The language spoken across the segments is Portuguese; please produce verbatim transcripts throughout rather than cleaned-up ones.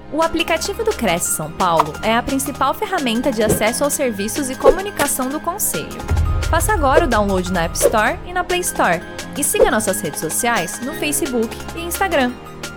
O aplicativo do Cresce São Paulo é a principal ferramenta de acesso aos serviços e comunicação do Conselho. Faça agora o download na App Store e na Play Store. E siga nossas redes sociais no Facebook e Instagram.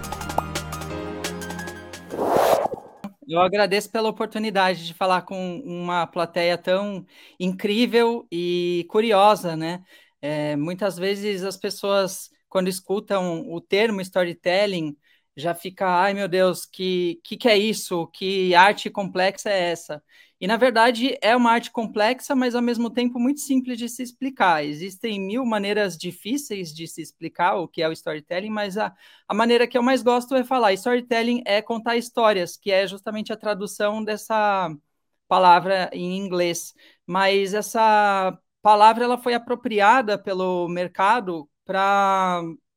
Eu agradeço pela oportunidade de falar com uma plateia tão incrível e curiosa, né? É, muitas vezes as pessoas, quando escutam o termo storytelling, já fica, ai meu Deus, que, que que é isso? Que arte complexa é essa? E, na verdade, é uma arte complexa, mas, ao mesmo tempo, muito simples de se explicar. Existem mil maneiras difíceis de se explicar o que é o storytelling, mas a, a maneira que eu mais gosto é falar. Storytelling é contar histórias, que é justamente a tradução dessa palavra em inglês. Mas essa palavra ela foi apropriada pelo mercado para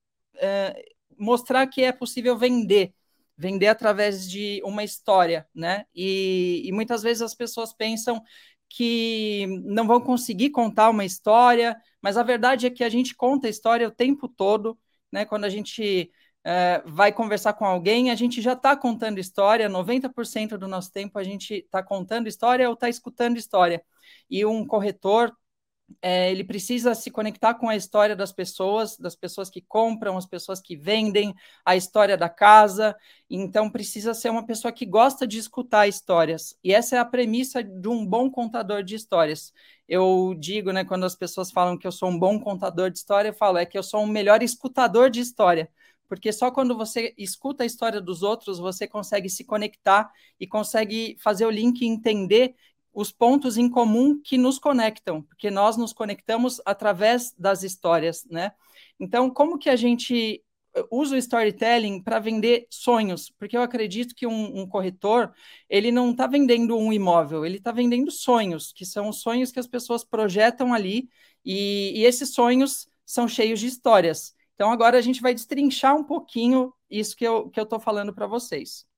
é, mostrar que é possível vender, vender através de uma história, né? E, e muitas vezes as pessoas pensam que não vão conseguir contar uma história, mas a verdade é que a gente conta a história o tempo todo, né? Quando a gente é, vai conversar com alguém, a gente já está contando história, noventa por cento do nosso tempo a gente está contando história ou está escutando história. E um corretor, é, ele precisa se conectar com a história das pessoas, das pessoas que compram, as pessoas que vendem, a história da casa. Então, precisa ser uma pessoa que gosta de escutar histórias. E essa é a premissa de um bom contador de histórias. Eu digo, né, quando as pessoas falam que eu sou um bom contador de história, eu falo, é que eu sou um melhor escutador de história. Porque só quando você escuta a história dos outros, você consegue se conectar e consegue fazer o link e entender os pontos em comum que nos conectam, porque nós nos conectamos através das histórias, né? Então, como que a gente usa o storytelling para vender sonhos? Porque eu acredito que um, um corretor, ele não está vendendo um imóvel, ele está vendendo sonhos, que são os sonhos que as pessoas projetam ali, e, e esses sonhos são cheios de histórias. Então, agora a gente vai destrinchar um pouquinho isso que eu que eu estou falando para vocês.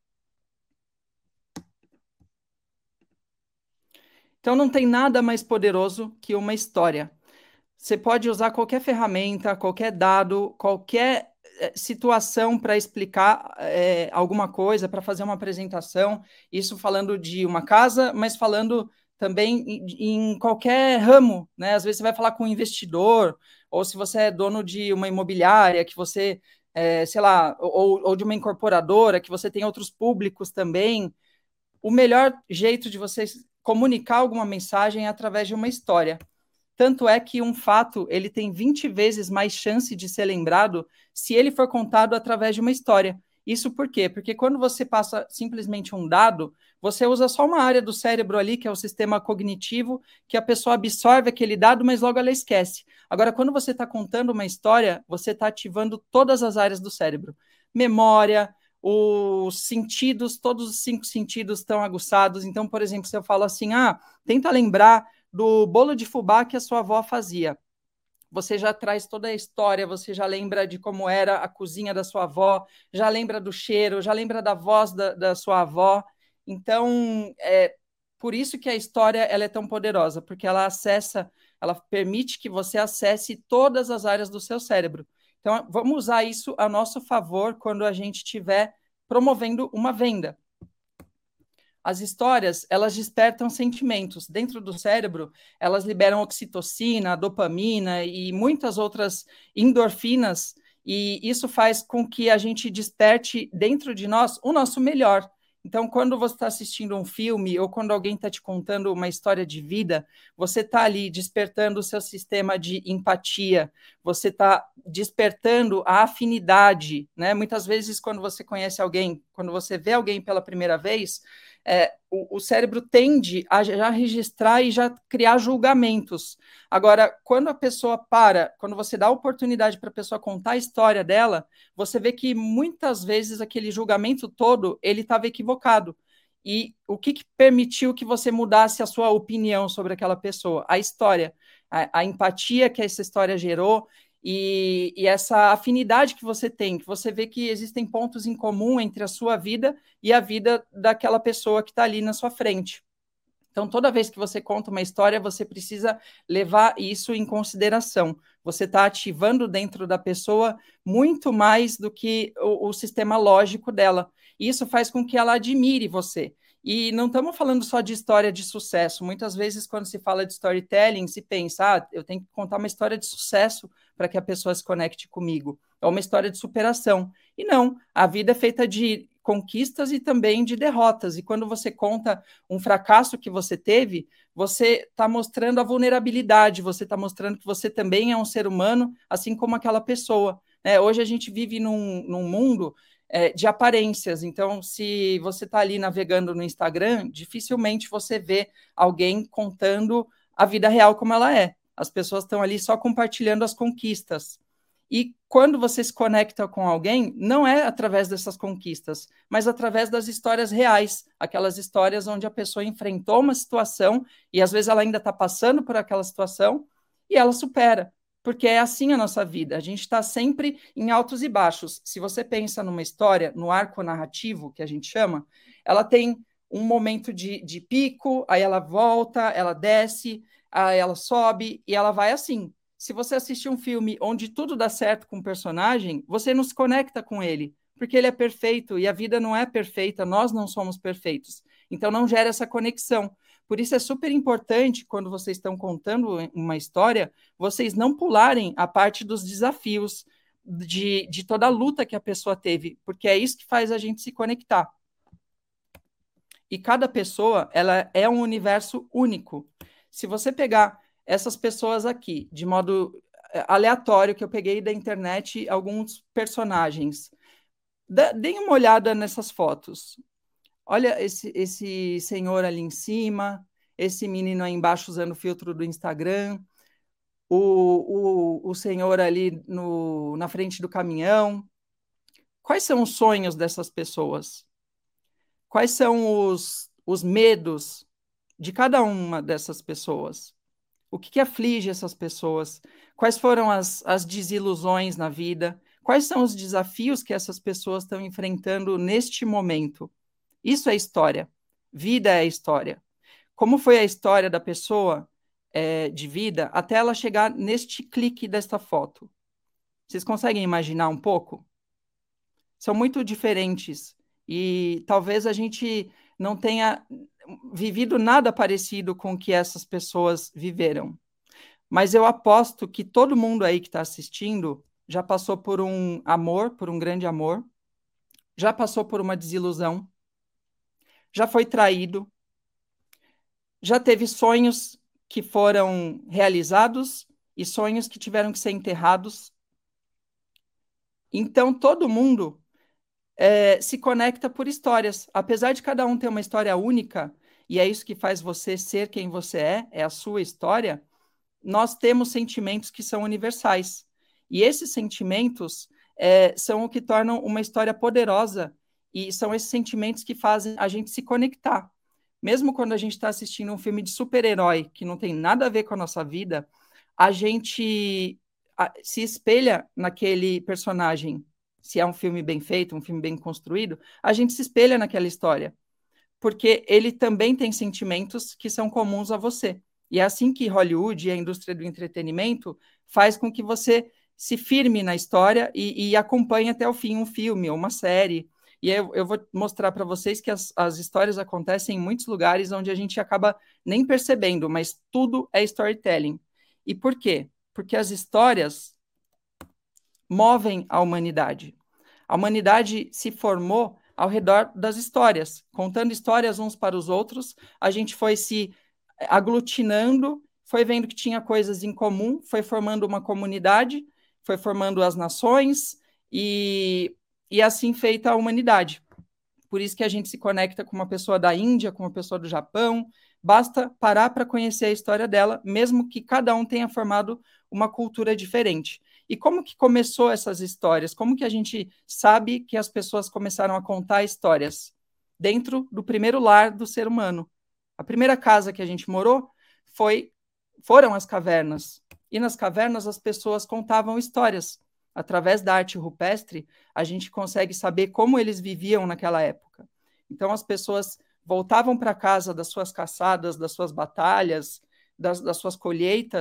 Então, não tem nada mais poderoso que uma história. Você pode usar qualquer ferramenta, qualquer dado, qualquer eh, situação para explicar eh, alguma coisa, para fazer uma apresentação. Isso falando de uma casa, mas falando também em, em qualquer ramo, né? Às vezes você vai falar com um investidor, ou se você é dono de uma imobiliária, que você, eh, sei lá, ou, ou de uma incorporadora, que você tem outros públicos também. O melhor jeito de você comunicar alguma mensagem é através de uma história. Tanto é que um fato ele tem vinte vezes mais chance de ser lembrado se ele for contado através de uma história. Isso por quê? Porque quando você passa simplesmente um dado, você usa só uma área do cérebro ali, que é o sistema cognitivo, que a pessoa absorve aquele dado, mas logo ela esquece. Agora, quando você está contando uma história, você está ativando todas as áreas do cérebro. Memória, os sentidos, todos os cinco sentidos estão aguçados. Então, por exemplo, se eu falo assim, ah, tenta lembrar do bolo de fubá que a sua avó fazia. Você já traz toda a história, você já lembra de como era a cozinha da sua avó, já lembra do cheiro, já lembra da voz da, da sua avó. Então, é por isso que a história ela é tão poderosa, porque ela acessa, ela permite que você acesse todas as áreas do seu cérebro. Então, vamos usar isso a nosso favor quando a gente estiver promovendo uma venda. As histórias, elas despertam sentimentos. Dentro do cérebro, elas liberam oxitocina, dopamina e muitas outras endorfinas, e isso faz com que a gente desperte dentro de nós o nosso melhor. Então, quando você está assistindo um filme ou quando alguém está te contando uma história de vida, você está ali despertando o seu sistema de empatia, você está despertando a afinidade, né? Muitas vezes, quando você conhece alguém, quando você vê alguém pela primeira vez, é, o, o cérebro tende a já registrar e já criar julgamentos. Agora, quando a pessoa para, quando você dá a oportunidade para a pessoa contar a história dela, você vê que muitas vezes aquele julgamento todo, ele estava equivocado. E o que, que permitiu que você mudasse a sua opinião sobre aquela pessoa? A história, a, a empatia que essa história gerou, e, e essa afinidade que você tem, que você vê que existem pontos em comum entre a sua vida e a vida daquela pessoa que está ali na sua frente. Então, toda vez que você conta uma história, você precisa levar isso em consideração. Você está ativando dentro da pessoa muito mais do que o, o sistema lógico dela. E isso faz com que ela admire você. E não estamos falando só de história de sucesso. Muitas vezes, quando se fala de storytelling, se pensa, ah, eu tenho que contar uma história de sucesso para que a pessoa se conecte comigo. É uma história de superação. E não, a vida é feita de conquistas e também de derrotas. E quando você conta um fracasso que você teve, você está mostrando a vulnerabilidade, você está mostrando que você também é um ser humano, assim como aquela pessoa. É, hoje a gente vive num, num mundo é, de aparências. Então, se você está ali navegando no Instagram, dificilmente você vê alguém contando a vida real como ela é. As pessoas estão ali só compartilhando as conquistas. E quando você se conecta com alguém, não é através dessas conquistas, mas através das histórias reais, aquelas histórias onde a pessoa enfrentou uma situação e às vezes ela ainda está passando por aquela situação e ela supera, porque é assim a nossa vida, a gente está sempre em altos e baixos. Se você pensa numa história, no arco narrativo, que a gente chama, ela tem um momento de, de pico, aí ela volta, ela desce, aí ela sobe e ela vai assim. Se você assistir um filme onde tudo dá certo com o personagem, você não se conecta com ele, porque ele é perfeito e a vida não é perfeita, nós não somos perfeitos. Então não gera essa conexão. Por isso é super importante, quando vocês estão contando uma história, vocês não pularem a parte dos desafios, de, de toda a luta que a pessoa teve, porque é isso que faz a gente se conectar. E cada pessoa, ela é um universo único. Se você pegar essas pessoas aqui, de modo aleatório, que eu peguei da internet alguns personagens, deem uma olhada nessas fotos. Olha esse, esse senhor ali em cima, esse menino aí embaixo usando o filtro do Instagram, o, o, o senhor ali no, na frente do caminhão. Quais são os sonhos dessas pessoas? Quais são os, os medos de cada uma dessas pessoas? O que, que aflige essas pessoas? Quais foram as, as desilusões na vida? Quais são os desafios que essas pessoas estão enfrentando neste momento? Isso é história. Vida é história. Como foi a história da pessoa é, de vida até ela chegar neste clique desta foto? Vocês conseguem imaginar um pouco? São muito diferentes e talvez a gente não tenha vivido nada parecido com o que essas pessoas viveram. Mas eu aposto que todo mundo aí que está assistindo já passou por um amor, por um grande amor, já passou por uma desilusão, já foi traído, já teve sonhos que foram realizados e sonhos que tiveram que ser enterrados. Então, todo mundo é, se conecta por histórias. Apesar de cada um ter uma história única, e é isso que faz você ser quem você é, é a sua história, nós temos sentimentos que são universais. E esses sentimentos é, são o que tornam uma história poderosa, e são esses sentimentos que fazem a gente se conectar. Mesmo quando a gente está assistindo um filme de super-herói, que não tem nada a ver com a nossa vida, a gente a, se espelha naquele personagem. Se é um filme bem feito, um filme bem construído, a gente se espelha naquela história. Porque ele também tem sentimentos que são comuns a você. E é assim que Hollywood e a indústria do entretenimento faz com que você se firme na história e, e acompanhe até o fim um filme ou uma série. E eu, eu vou mostrar para vocês que as, as histórias acontecem em muitos lugares onde a gente acaba nem percebendo, mas tudo é storytelling. E por quê? Porque as histórias movem a humanidade. A humanidade se formou ao redor das histórias, contando histórias uns para os outros, a gente foi se aglutinando, foi vendo que tinha coisas em comum, foi formando uma comunidade, foi formando as nações e, e assim feita a humanidade. Por isso que a gente se conecta com uma pessoa da Índia, com uma pessoa do Japão, basta parar para conhecer a história dela, mesmo que cada um tenha formado uma cultura diferente. E como que começou essas histórias? Como que a gente sabe que as pessoas começaram a contar histórias? Dentro do primeiro lar do ser humano. A primeira casa que a gente morou foi, foram as cavernas. E nas cavernas as pessoas contavam histórias. Através da arte rupestre, a gente consegue saber como eles viviam naquela época. Então as pessoas voltavam para casa das suas caçadas, das suas batalhas, das, das suas colheitas,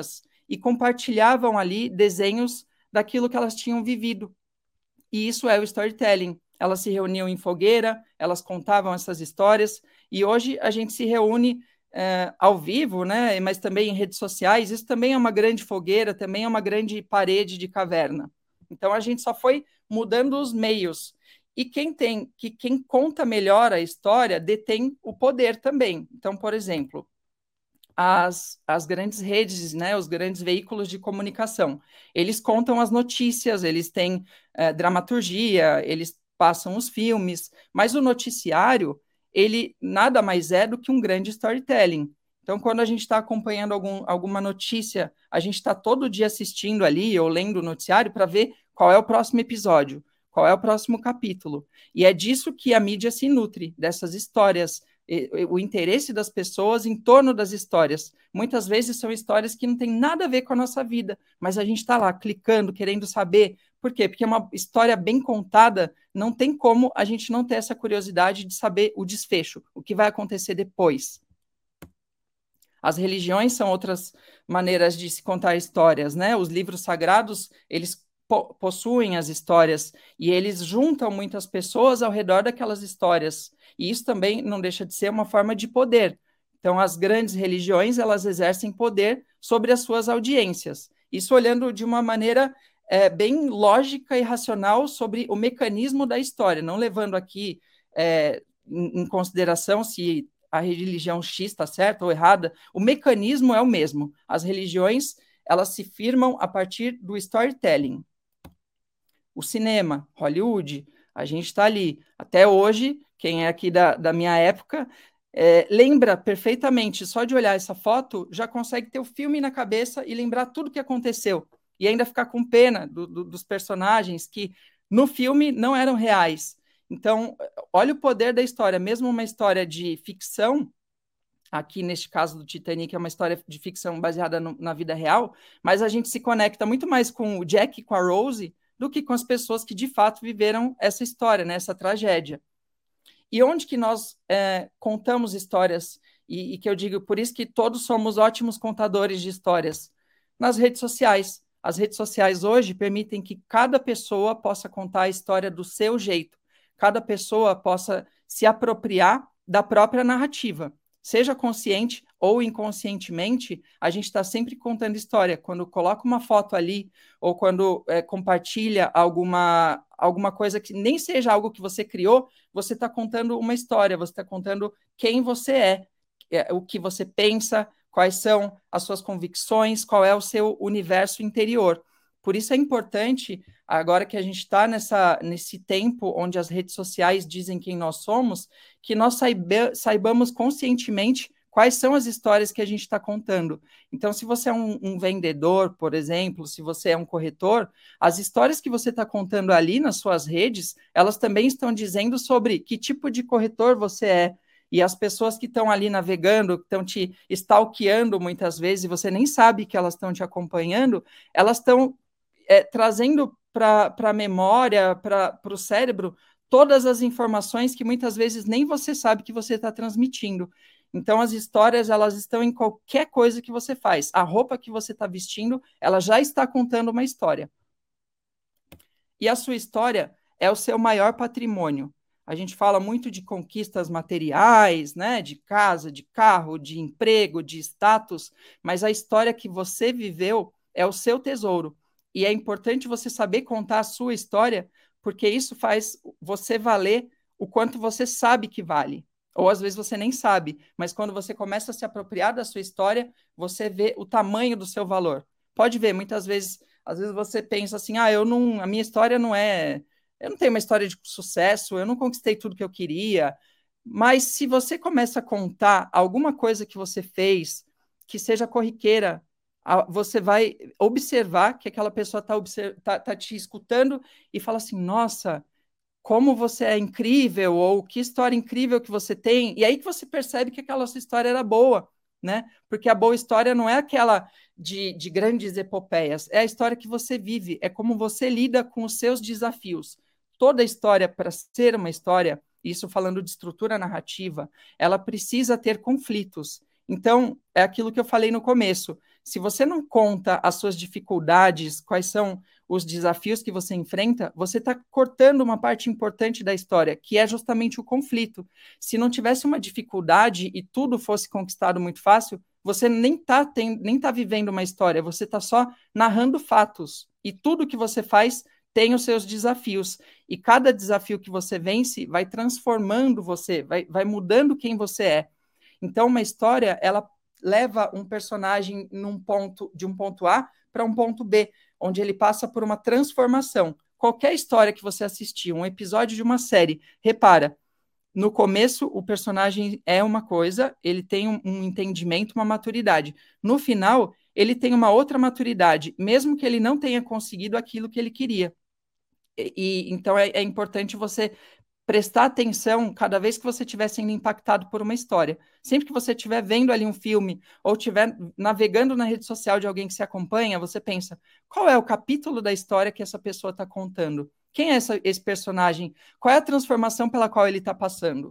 e compartilhavam ali desenhos daquilo que elas tinham vivido. E isso é o storytelling. Elas se reuniam em fogueira, elas contavam essas histórias, e hoje a gente se reúne é, ao vivo, né? Mas também em redes sociais. Isso também é uma grande fogueira, também é uma grande parede de caverna. Então a gente só foi mudando os meios. E quem tem, que quem conta melhor a história detém o poder também. Então, por exemplo, as, as grandes redes, né, os grandes veículos de comunicação. Eles contam as notícias, eles têm é, dramaturgia, eles passam os filmes, mas o noticiário, ele nada mais é do que um grande storytelling. Então, quando a gente está acompanhando algum, alguma notícia, a gente está todo dia assistindo ali ou lendo o noticiário para ver qual é o próximo episódio, qual é o próximo capítulo. E é disso que a mídia se nutre, dessas histórias, o interesse das pessoas em torno das histórias. Muitas vezes são histórias que não têm nada a ver com a nossa vida, mas a gente está lá clicando, querendo saber. Por quê? Porque é uma história bem contada, não tem como a gente não ter essa curiosidade de saber o desfecho, o que vai acontecer depois. As religiões são outras maneiras de se contar histórias, né? Os livros sagrados, eles po possuem as histórias e eles juntam muitas pessoas ao redor daquelas histórias. E isso também não deixa de ser uma forma de poder. Então, as grandes religiões, elas exercem poder sobre as suas audiências. Isso olhando de uma maneira é, bem lógica e racional sobre o mecanismo da história, não levando aqui é, em, em consideração se a religião X está certa ou errada. O mecanismo é o mesmo. As religiões, elas se firmam a partir do storytelling. O cinema, Hollywood, a gente está ali. Até hoje, quem é aqui da, da minha época, é, lembra perfeitamente, só de olhar essa foto, já consegue ter o filme na cabeça e lembrar tudo o que aconteceu. E ainda ficar com pena do, do, dos personagens que no filme não eram reais. Então, olha o poder da história. Mesmo uma história de ficção, aqui neste caso do Titanic é uma história de ficção baseada no, na vida real, mas a gente se conecta muito mais com o Jack e com a Rose do que com as pessoas que de fato viveram essa história, né, essa tragédia. E onde que nós é, contamos histórias, e, e que eu digo, por isso que todos somos ótimos contadores de histórias, nas redes sociais. As redes sociais hoje permitem que cada pessoa possa contar a história do seu jeito, cada pessoa possa se apropriar da própria narrativa. Seja consciente ou inconscientemente, a gente está sempre contando história. Quando coloca uma foto ali, ou quando é, compartilha alguma, alguma coisa que nem seja algo que você criou, você está contando uma história, você está contando quem você é, é, o que você pensa, quais são as suas convicções, qual é o seu universo interior. Por isso é importante, agora que a gente está nesse tempo onde as redes sociais dizem quem nós somos, que nós saiba, saibamos conscientemente quais são as histórias que a gente está contando. Então, se você é um, um vendedor, por exemplo, se você é um corretor, as histórias que você está contando ali nas suas redes, elas também estão dizendo sobre que tipo de corretor você é. E as pessoas que estão ali navegando, que estão te stalkeando muitas vezes, e você nem sabe que elas estão te acompanhando, elas estão é, trazendo para a memória, para o cérebro, todas as informações que muitas vezes nem você sabe que você está transmitindo. Então, as histórias, elas estão em qualquer coisa que você faz. A roupa que você está vestindo, ela já está contando uma história. E a sua história é o seu maior patrimônio. A gente fala muito de conquistas materiais, né? De casa, de carro, de emprego, de status, mas a história que você viveu é o seu tesouro. E é importante você saber contar a sua história, porque isso faz você valer o quanto você sabe que vale. Ou às vezes você nem sabe, mas quando você começa a se apropriar da sua história, você vê o tamanho do seu valor. Pode ver, muitas vezes, às vezes você pensa assim, ah, eu não, a minha história não é, eu não tenho uma história de sucesso, eu não conquistei tudo que eu queria, mas se você começa a contar alguma coisa que você fez, que seja corriqueira, você vai observar que aquela pessoa está tá, tá te escutando e fala assim, nossa, como você é incrível, ou que história incrível que você tem, e aí que você percebe que aquela sua história era boa, né? Porque a boa história não é aquela de, de grandes epopeias, é a história que você vive, é como você lida com os seus desafios. Toda história, para ser uma história, isso falando de estrutura narrativa, ela precisa ter conflitos. Então, é aquilo que eu falei no começo. Se você não conta as suas dificuldades, quais são os desafios que você enfrenta, você está cortando uma parte importante da história, que é justamente o conflito. Se não tivesse uma dificuldade e tudo fosse conquistado muito fácil, você nem está nem tá vivendo uma história, você está só narrando fatos. E tudo que você faz tem os seus desafios. E cada desafio que você vence vai transformando você, vai, vai mudando quem você é. Então, uma história, ela leva um personagem num ponto, de um ponto A para um ponto B, onde ele passa por uma transformação. Qualquer história que você assistir, um episódio de uma série, repara, no começo o personagem é uma coisa, ele tem um, um entendimento, uma maturidade. No final, ele tem uma outra maturidade, mesmo que ele não tenha conseguido aquilo que ele queria. E, e então é, é importante você prestar atenção cada vez que você estiver sendo impactado por uma história. Sempre que você estiver vendo ali um filme ou estiver navegando na rede social de alguém que se acompanha, você pensa, qual é o capítulo da história que essa pessoa está contando? Quem é essa, esse personagem? Qual é a transformação pela qual ele está passando?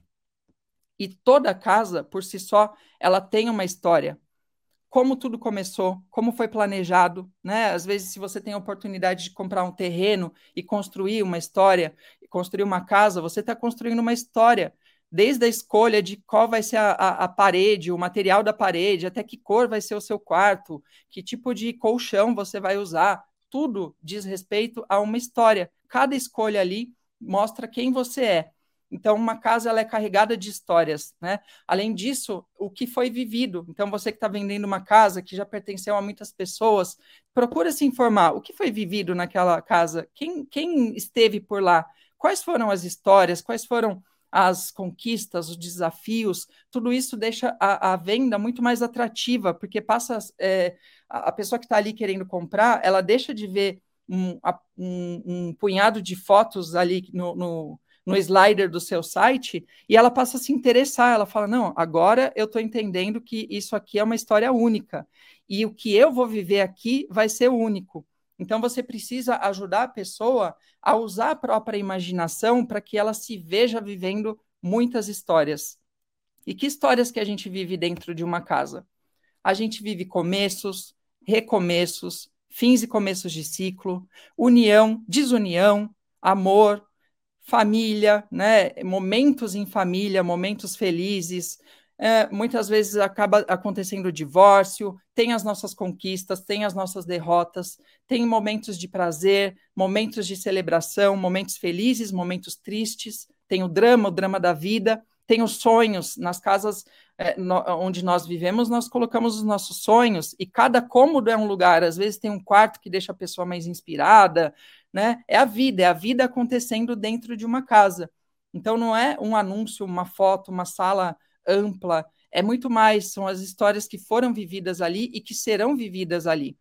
E toda casa, por si só, ela tem uma história. Como tudo começou, como foi planejado, né? Às vezes, se você tem a oportunidade de comprar um terreno e construir uma história, construir uma casa, você está construindo uma história, desde a escolha de qual vai ser a, a, a parede, o material da parede, até que cor vai ser o seu quarto, que tipo de colchão você vai usar, tudo diz respeito a uma história. Cada escolha ali mostra quem você é. Então, uma casa ela é carregada de histórias, né? Além disso, o que foi vivido. Então, você que está vendendo uma casa que já pertenceu a muitas pessoas, procura se informar. O que foi vivido naquela casa? Quem, quem esteve por lá? Quais foram as histórias? Quais foram as conquistas, os desafios? Tudo isso deixa a, a venda muito mais atrativa, porque passa é, a, a pessoa que está ali querendo comprar, ela deixa de ver um, um, um punhado de fotos ali no, no no slider do seu site, e ela passa a se interessar, ela fala, não, agora eu estou entendendo que isso aqui é uma história única, e o que eu vou viver aqui vai ser único. Então, você precisa ajudar a pessoa a usar a própria imaginação para que ela se veja vivendo muitas histórias. E que histórias que a gente vive dentro de uma casa? A gente vive começos, recomeços, fins e começos de ciclo, união, desunião, amor, família, né? Momentos em família, momentos felizes. É, muitas vezes acaba acontecendo divórcio, tem as nossas conquistas, tem as nossas derrotas, tem momentos de prazer, momentos de celebração, momentos felizes, momentos tristes, tem o drama, o drama da vida, tem os sonhos. Nas casas é, no, onde nós vivemos, nós colocamos os nossos sonhos, e cada cômodo é um lugar. Às vezes tem um quarto que deixa a pessoa mais inspirada, né? É a vida, é a vida acontecendo dentro de uma casa. Então, não é um anúncio, uma foto, uma sala ampla, é muito mais, são as histórias que foram vividas ali e que serão vividas ali.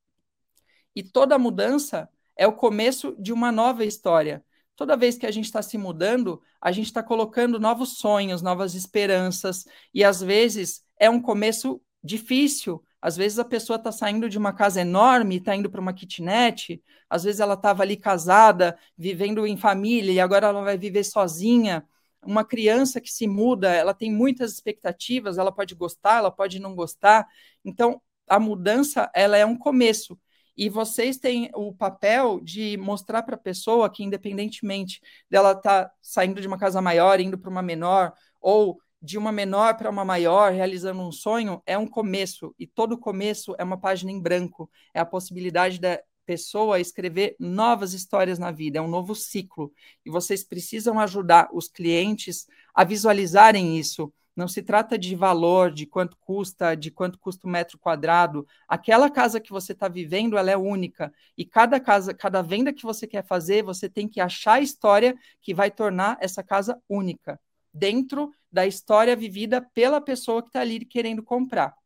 E toda mudança é o começo de uma nova história. Toda vez que a gente está se mudando, a gente está colocando novos sonhos, novas esperanças, e às vezes é um começo difícil. Às vezes a pessoa está saindo de uma casa enorme, está indo para uma kitnet, às vezes ela estava ali casada, vivendo em família, e agora ela vai viver sozinha. Uma criança que se muda, ela tem muitas expectativas, ela pode gostar, ela pode não gostar. Então, a mudança, ela é um começo. E vocês têm o papel de mostrar para a pessoa que, independentemente dela estar tá saindo de uma casa maior, indo para uma menor, ou de uma menor para uma maior, realizando um sonho, é um começo. E todo começo é uma página em branco. É a possibilidade da pessoa escrever novas histórias na vida. É um novo ciclo. E vocês precisam ajudar os clientes a visualizarem isso. Não se trata de valor, de quanto custa, de quanto custa o metro quadrado. Aquela casa que você está vivendo, ela é única. E cada casa, cada venda que você quer fazer, você tem que achar a história que vai tornar essa casa única, dentro da história vivida pela pessoa que está ali querendo comprar.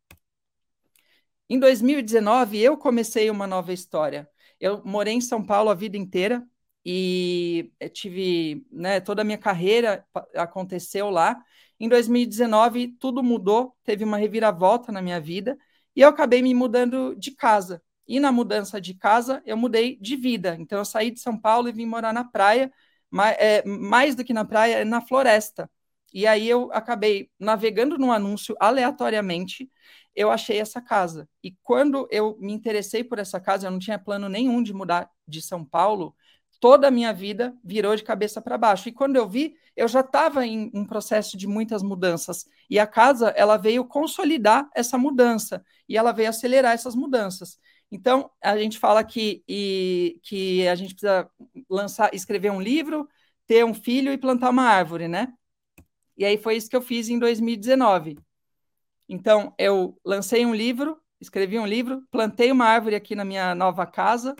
Em dois mil e dezenove, eu comecei uma nova história. Eu morei em São Paulo a vida inteira e tive, né, toda a minha carreira aconteceu lá. Em dois mil e dezenove, tudo mudou, teve uma reviravolta na minha vida e eu acabei me mudando de casa. E na mudança de casa, eu mudei de vida. Então, eu saí de São Paulo e vim morar na praia, mais, é, mais do que na praia, na floresta. E aí eu acabei navegando num anúncio aleatoriamente, eu achei essa casa. E quando eu me interessei por essa casa, eu não tinha plano nenhum de mudar de São Paulo, toda a minha vida virou de cabeça para baixo. E quando eu vi, eu já estava em um processo de muitas mudanças. E a casa, ela veio consolidar essa mudança, e ela veio acelerar essas mudanças. Então, a gente fala que, e, que a gente precisa lançar, escrever um livro, ter um filho e plantar uma árvore, né? E aí foi isso que eu fiz em dois mil e dezenove. Então, eu lancei um livro, escrevi um livro, plantei uma árvore aqui na minha nova casa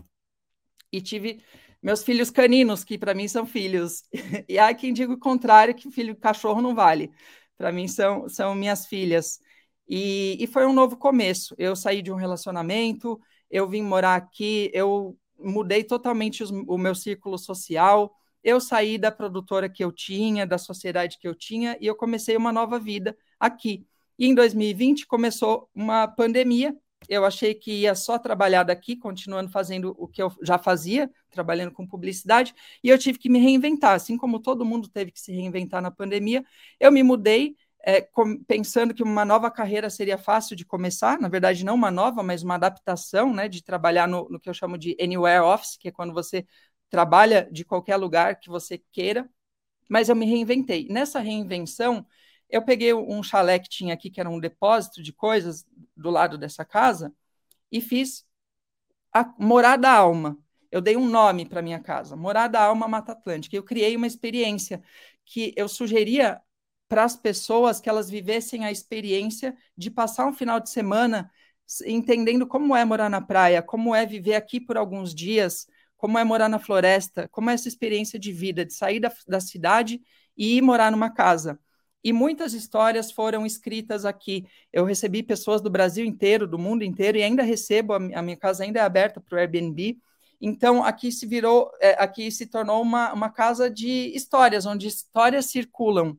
e tive meus filhos caninos, que para mim são filhos. E há quem diga o contrário, que filho de cachorro não vale. Para mim são, são minhas filhas. E, e foi um novo começo. Eu saí de um relacionamento, eu vim morar aqui, eu mudei totalmente os, o meu círculo social, eu saí da produtora que eu tinha, da sociedade que eu tinha, e eu comecei uma nova vida aqui. E em dois mil e vinte começou uma pandemia. Eu achei que ia só trabalhar daqui, continuando fazendo o que eu já fazia, trabalhando com publicidade, e eu tive que me reinventar. Assim como todo mundo teve que se reinventar na pandemia, eu me mudei, é, com, pensando que uma nova carreira seria fácil de começar. Na verdade, não uma nova, mas uma adaptação, né, de trabalhar no, no que eu chamo de Anywhere Office, que é quando você trabalha de qualquer lugar que você queira. Mas eu me reinventei. Nessa reinvenção, eu peguei um chalé que tinha aqui, que era um depósito de coisas do lado dessa casa, e fiz a Morada Alma. Eu dei um nome para minha casa, Morada Alma Mata Atlântica. Eu criei uma experiência que eu sugeria para as pessoas que elas vivessem a experiência de passar um final de semana entendendo como é morar na praia, como é viver aqui por alguns dias, como é morar na floresta, como é essa experiência de vida, de sair da, da cidade e ir morar numa casa. E muitas histórias foram escritas aqui. Eu recebi pessoas do Brasil inteiro, do mundo inteiro, e ainda recebo, a minha casa ainda é aberta para o Airbnb. Então, aqui se virou, é, aqui se tornou uma, uma casa de histórias, onde histórias circulam.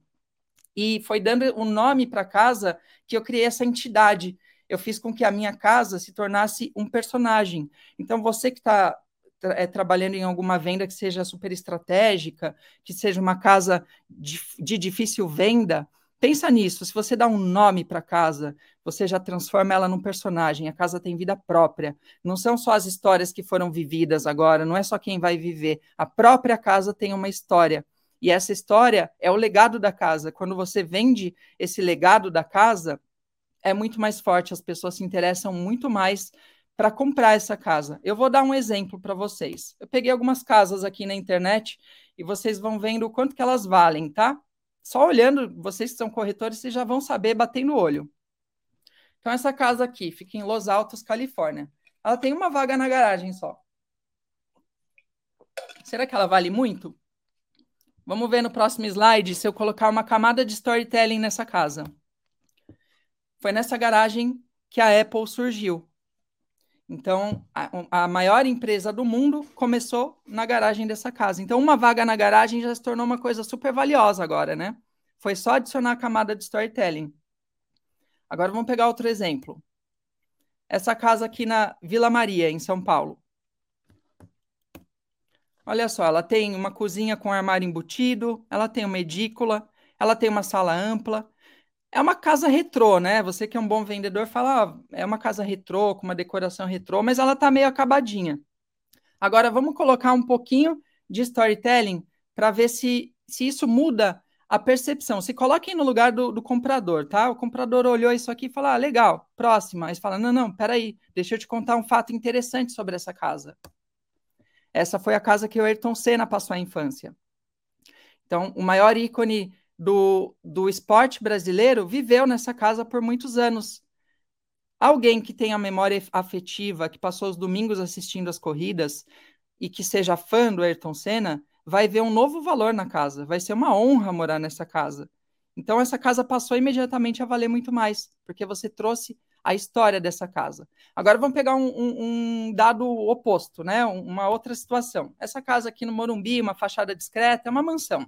E foi dando o um nome para a casa que eu criei essa entidade. Eu fiz com que a minha casa se tornasse um personagem. Então, você que está é, trabalhando em alguma venda que seja super estratégica, que seja uma casa de, de difícil venda, pensa nisso. Se você dá um nome para a casa, você já transforma ela num personagem. A casa tem vida própria. Não são só as histórias que foram vividas agora, não é só quem vai viver. A própria casa tem uma história. E essa história é o legado da casa. Quando você vende esse legado da casa, é muito mais forte. As pessoas se interessam muito mais para comprar essa casa. Eu vou dar um exemplo para vocês. Eu peguei algumas casas aqui na internet e vocês vão vendo o quanto que elas valem, tá? Só olhando, vocês que são corretores, vocês já vão saber batendo o olho. Então, essa casa aqui fica em Los Altos, Califórnia. Ela tem uma vaga na garagem só. Será que ela vale muito? Vamos ver no próximo slide se eu colocar uma camada de storytelling nessa casa. Foi nessa garagem que a Apple surgiu. Então, a, a maior empresa do mundo começou na garagem dessa casa. Então, uma vaga na garagem já se tornou uma coisa super valiosa agora, né? Foi só adicionar a camada de storytelling. Agora vamos pegar outro exemplo. Essa casa aqui na Vila Maria, em São Paulo. Olha só, ela tem uma cozinha com armário embutido, ela tem uma edícula, ela tem uma sala ampla. É uma casa retrô, né? Você que é um bom vendedor fala, ah, é uma casa retrô, com uma decoração retrô, mas ela tá meio acabadinha. Agora vamos colocar um pouquinho de storytelling para ver se, se isso muda a percepção. Se coloquem no lugar do, do comprador, tá? O comprador olhou isso aqui e falou, ah, legal, próxima. Aí você fala, não, não, peraí, deixa eu te contar um fato interessante sobre essa casa. Essa foi a casa que o Ayrton Senna passou a infância. Então, o maior ícone do, do esporte brasileiro viveu nessa casa por muitos anos. Alguém que tenha memória afetiva, que passou os domingos assistindo as corridas e que seja fã do Ayrton Senna, vai ver um novo valor na casa. Vai ser uma honra morar nessa casa. Então, essa casa passou imediatamente a valer muito mais, porque você trouxe a história dessa casa. Agora vamos pegar um, um, um dado oposto, né? Uma outra situação. Essa casa aqui no Morumbi, uma fachada discreta, é uma mansão.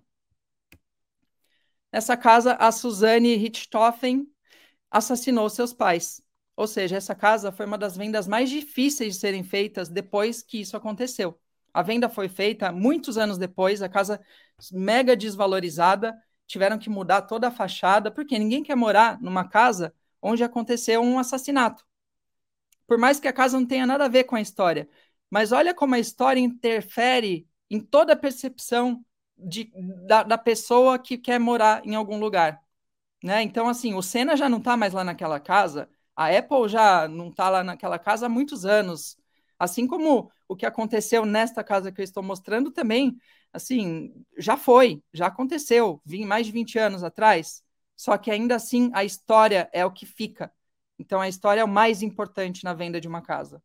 Nessa casa, a Suzane Richthofen assassinou seus pais. Ou seja, essa casa foi uma das vendas mais difíceis de serem feitas depois que isso aconteceu. A venda foi feita muitos anos depois, a casa mega desvalorizada, tiveram que mudar toda a fachada, porque ninguém quer morar numa casa onde aconteceu um assassinato. Por mais que a casa não tenha nada a ver com a história. Mas olha como a história interfere em toda a percepção de, da, da pessoa que quer morar em algum lugar. Né? Então, assim, o Senna já não está mais lá naquela casa, a Apple já não está lá naquela casa há muitos anos. Assim como o que aconteceu nesta casa que eu estou mostrando também, assim, já foi, já aconteceu, vim mais de vinte anos atrás, só que ainda assim a história é o que fica. Então, a história é o mais importante na venda de uma casa.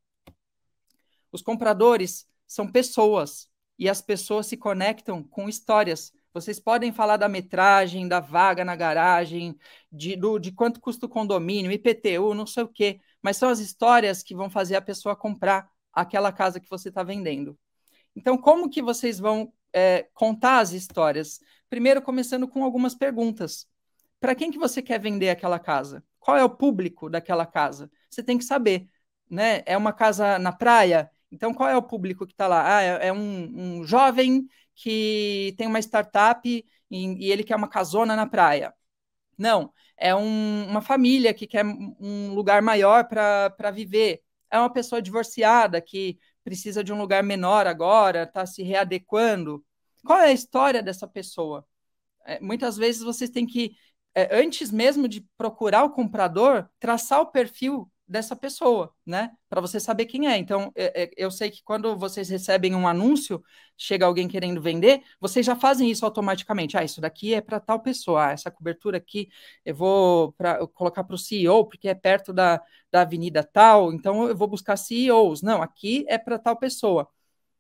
Os compradores são pessoas, e as pessoas se conectam com histórias. Vocês podem falar da metragem, da vaga na garagem, de, do, de quanto custa o condomínio, I P T U, não sei o quê, mas são as histórias que vão fazer a pessoa comprar aquela casa que você está vendendo. Então, como que vocês vão é, contar as histórias? Primeiro, começando com algumas perguntas. Para quem que você quer vender aquela casa? Qual é o público daquela casa? Você tem que saber, né? É uma casa na praia? Então, qual é o público que está lá? Ah, é, é um, um jovem que tem uma startup e, e ele quer uma casona na praia. Não, é um, uma família que quer um lugar maior para viver. É uma pessoa divorciada que precisa de um lugar menor agora, está se readequando. Qual é a história dessa pessoa? É, muitas vezes vocês têm que, é, antes mesmo de procurar o comprador, traçar o perfil dessa pessoa, né? Para você saber quem é. Então, é, é, eu sei que quando vocês recebem um anúncio, chega alguém querendo vender, vocês já fazem isso automaticamente. Ah, isso daqui é para tal pessoa. Ah, essa cobertura aqui eu vou pra, eu colocar para o C E O, porque é perto da, da avenida tal, então eu vou buscar C E Os. Não, aqui é para tal pessoa.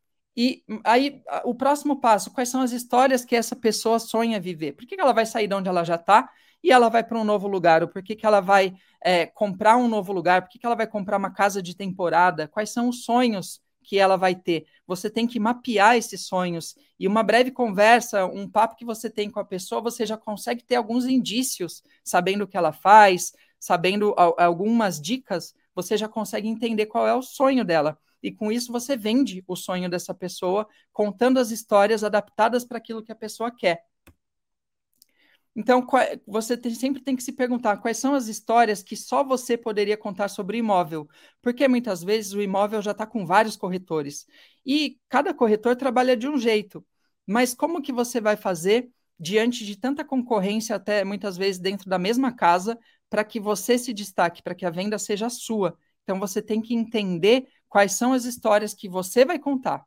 E aí, o próximo passo, quais são as histórias que essa pessoa sonha viver? Por que ela vai sair de onde ela já está e ela vai para um novo lugar? Ou por que, que ela vai é, comprar um novo lugar? Por que, que ela vai comprar uma casa de temporada? Quais são os sonhos que ela vai ter? Você tem que mapear esses sonhos. E uma breve conversa, um papo que você tem com a pessoa, você já consegue ter alguns indícios, sabendo o que ela faz, sabendo algumas dicas, você já consegue entender qual é o sonho dela. E com isso você vende o sonho dessa pessoa, contando as histórias adaptadas para aquilo que a pessoa quer. Então, você tem, sempre tem que se perguntar quais são as histórias que só você poderia contar sobre o imóvel, porque muitas vezes o imóvel já está com vários corretores, e cada corretor trabalha de um jeito, mas como que você vai fazer diante de tanta concorrência, até muitas vezes dentro da mesma casa, para que você se destaque, para que a venda seja sua? Então, você tem que entender quais são as histórias que você vai contar.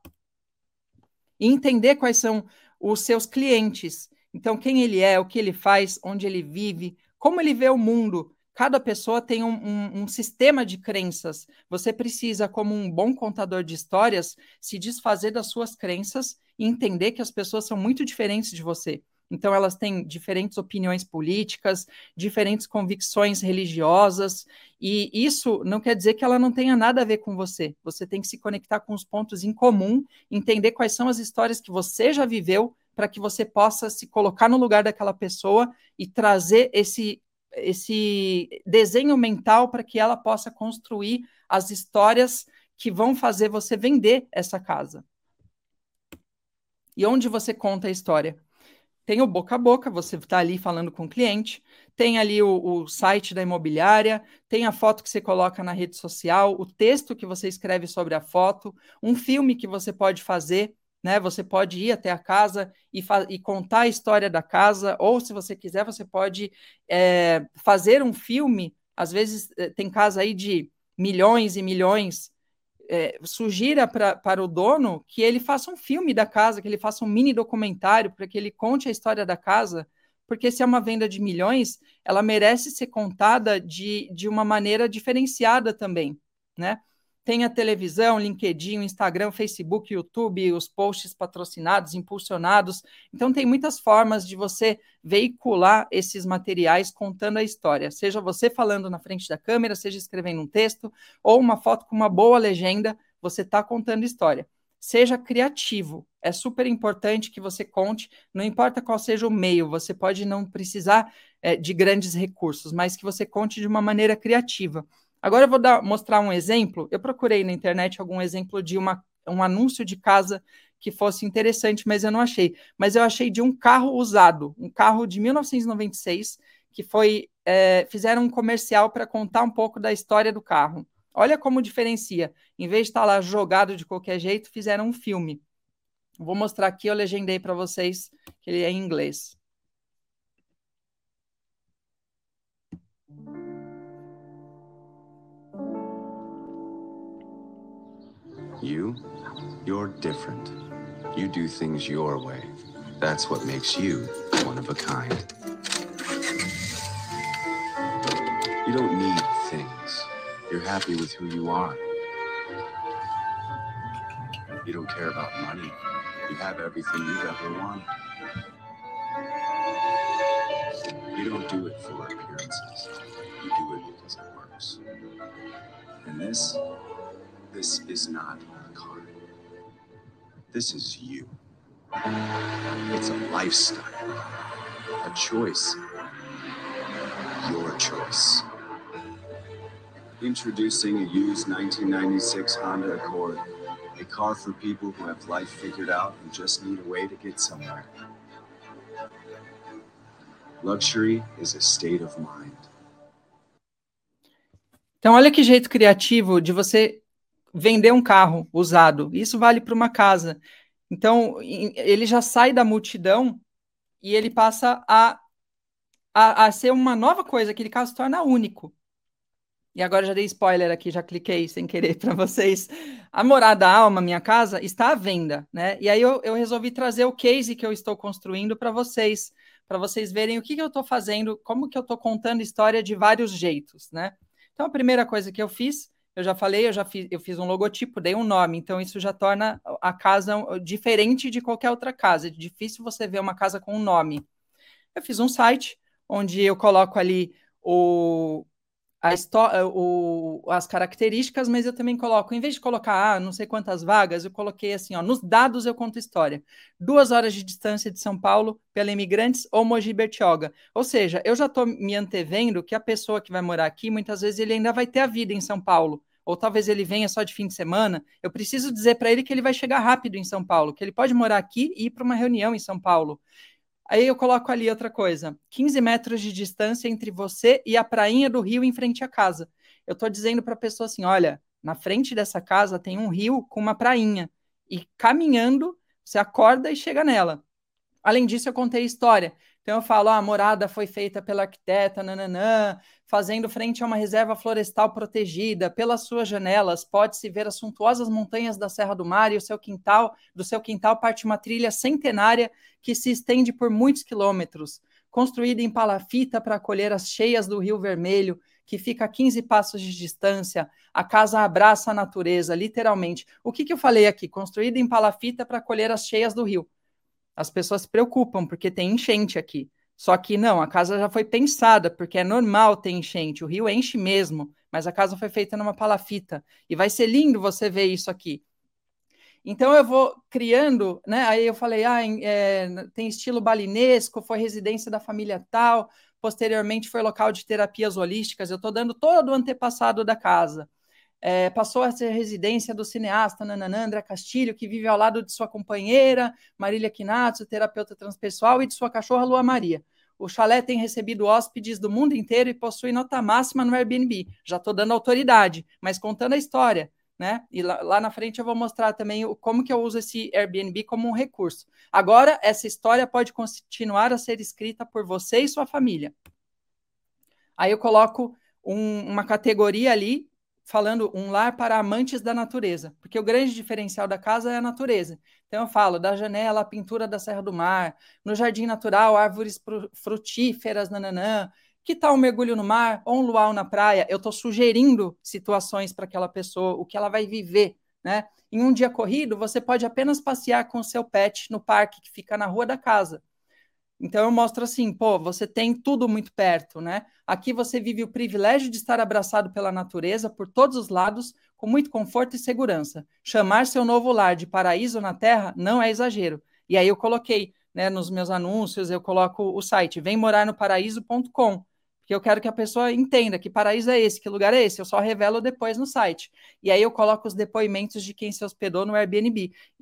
E entender quais são os seus clientes. Então, quem ele é, o que ele faz, onde ele vive, como ele vê o mundo. Cada pessoa tem um, um, um sistema de crenças. Você precisa, como um bom contador de histórias, se desfazer das suas crenças e entender que as pessoas são muito diferentes de você. Então, elas têm diferentes opiniões políticas, diferentes convicções religiosas, e isso não quer dizer que ela não tenha nada a ver com você. Você tem que se conectar com os pontos em comum, entender quais são as histórias que você já viveu, para que você possa se colocar no lugar daquela pessoa e trazer esse, esse desenho mental para que ela possa construir as histórias que vão fazer você vender essa casa. E onde você conta a história? Tem o boca a boca, você está ali falando com o cliente, tem ali o, o site da imobiliária, tem a foto que você coloca na rede social, o texto que você escreve sobre a foto, um filme que você pode fazer, né? Você pode ir até a casa e, e contar a história da casa, ou se você quiser, você pode é, fazer um filme. Às vezes tem casa aí de milhões e milhões. É, sugira pra, para o dono que ele faça um filme da casa, que ele faça um mini documentário para que ele conte a história da casa, porque se é uma venda de milhões, ela merece ser contada de, de uma maneira diferenciada também, né? Tem a televisão, LinkedIn, Instagram, Facebook, YouTube, os posts patrocinados, impulsionados. Então, tem muitas formas de você veicular esses materiais contando a história. Seja você falando na frente da câmera, seja escrevendo um texto, ou uma foto com uma boa legenda, você está contando história. Seja criativo. É super importante que você conte, não importa qual seja o meio, você pode não precisar é, de grandes recursos, mas que você conte de uma maneira criativa. Agora eu vou dar, mostrar um exemplo. Eu procurei na internet algum exemplo de uma, um anúncio de casa que fosse interessante, mas eu não achei. Mas eu achei de um carro usado, um carro de mil novecentos e noventa e seis, que foi, é, fizeram um comercial para contar um pouco da história do carro. Olha como diferencia. Em vez de estar lá jogado de qualquer jeito, fizeram um filme. Vou mostrar aqui, eu legendei para vocês, que ele é em inglês. You, you're different. You do things your way. That's what makes you one of a kind. You don't need things. You're happy with who you are. You don't care about money. You have everything you've ever wanted. You don't do it for appearances. You do it because it works. And this, this is not a car. This is you. It's a lifestyle, a choice, your choice. Introducing a used nineteen ninety-six Honda Accord, a car for people who have life figured out and just need a way to get somewhere. Luxury is a state of mind. Então, olha que jeito criativo de você vender um carro usado. Isso vale para uma casa. Então, ele já sai da multidão e ele passa a, a, a ser uma nova coisa. Aquele carro se torna único. E agora já dei spoiler aqui, já cliquei sem querer para vocês. A Morada Alma, minha casa, está à venda, né? E aí eu, eu resolvi trazer o case que eu estou construindo para vocês, para vocês verem o que, que eu estou fazendo, como que eu estou contando história de vários jeitos, né? Então, a primeira coisa que eu fiz, eu já falei, eu já fiz, eu fiz um logotipo, dei um nome, então isso já torna a casa diferente de qualquer outra casa. É difícil você ver uma casa com um nome. Eu fiz um site onde eu coloco ali o... A o, as características, mas eu também coloco, em vez de colocar ah, não sei quantas vagas, eu coloquei assim, ó, nos dados eu conto história. Duas horas de distância de São Paulo pela Imigrantes ou Mogi Bertioga. Ou seja, eu já estou me antevendo que a pessoa que vai morar aqui, muitas vezes ele ainda vai ter a vida em São Paulo. Ou talvez ele venha só de fim de semana. Eu preciso dizer para ele que ele vai chegar rápido em São Paulo, que ele pode morar aqui e ir para uma reunião em São Paulo. Aí eu coloco ali outra coisa, quinze metros de distância entre você e a prainha do rio em frente à casa. Eu estou dizendo para a pessoa assim, olha, na frente dessa casa tem um rio com uma prainha. E caminhando, você acorda e chega nela. Além disso, eu contei a história. Então eu falo, ah, a morada foi feita pela arquiteta, nananã, fazendo frente a uma reserva florestal protegida. Pelas suas janelas pode-se ver as suntuosas montanhas da Serra do Mar e o seu quintal, do seu quintal parte uma trilha centenária que se estende por muitos quilômetros, construída em palafita para acolher as cheias do Rio Vermelho, que fica a quinze passos de distância. A casa abraça a natureza, literalmente. O que, que eu falei aqui? Construída em palafita para acolher as cheias do rio. As pessoas se preocupam, porque tem enchente aqui. Só que não, a casa já foi pensada, porque é normal ter enchente. O rio enche mesmo, mas a casa foi feita numa palafita. E vai ser lindo você ver isso aqui. Então eu vou criando, né? Aí eu falei, ah, é, tem estilo balinesco, foi residência da família tal, posteriormente foi local de terapias holísticas. Eu estou dando todo o antepassado da casa. É, passou a ser residência do cineasta Nananã André Castilho, que vive ao lado de sua companheira, Marília Quinazzo, terapeuta transpessoal, e de sua cachorra Lua Maria. O chalé tem recebido hóspedes do mundo inteiro e possui nota máxima no Airbnb. Já estou dando autoridade, mas contando a história, né? E lá, lá na frente eu vou mostrar também o, como que eu uso esse Airbnb como um recurso. Agora, essa história pode continuar a ser escrita por você e sua família. Aí eu coloco um, uma categoria ali, falando um lar para amantes da natureza, porque o grande diferencial da casa é a natureza. Então eu falo da janela, a pintura da Serra do Mar, no jardim natural, árvores frutíferas, nananã. Que tal um mergulho no mar ou um luau na praia? Eu estou sugerindo situações para aquela pessoa, o que ela vai viver, né? Em um dia corrido, você pode apenas passear com o seu pet no parque que fica na rua da casa. Então eu mostro assim, pô, você tem tudo muito perto, né? Aqui você vive o privilégio de estar abraçado pela natureza por todos os lados, com muito conforto e segurança. Chamar seu novo lar de paraíso na Terra não é exagero. E aí eu coloquei, né, nos meus anúncios, eu coloco o site vem morar no paraíso ponto com, porque eu quero que a pessoa entenda que paraíso é esse, que lugar é esse, eu só revelo depois no site. E aí eu coloco os depoimentos de quem se hospedou no Airbnb.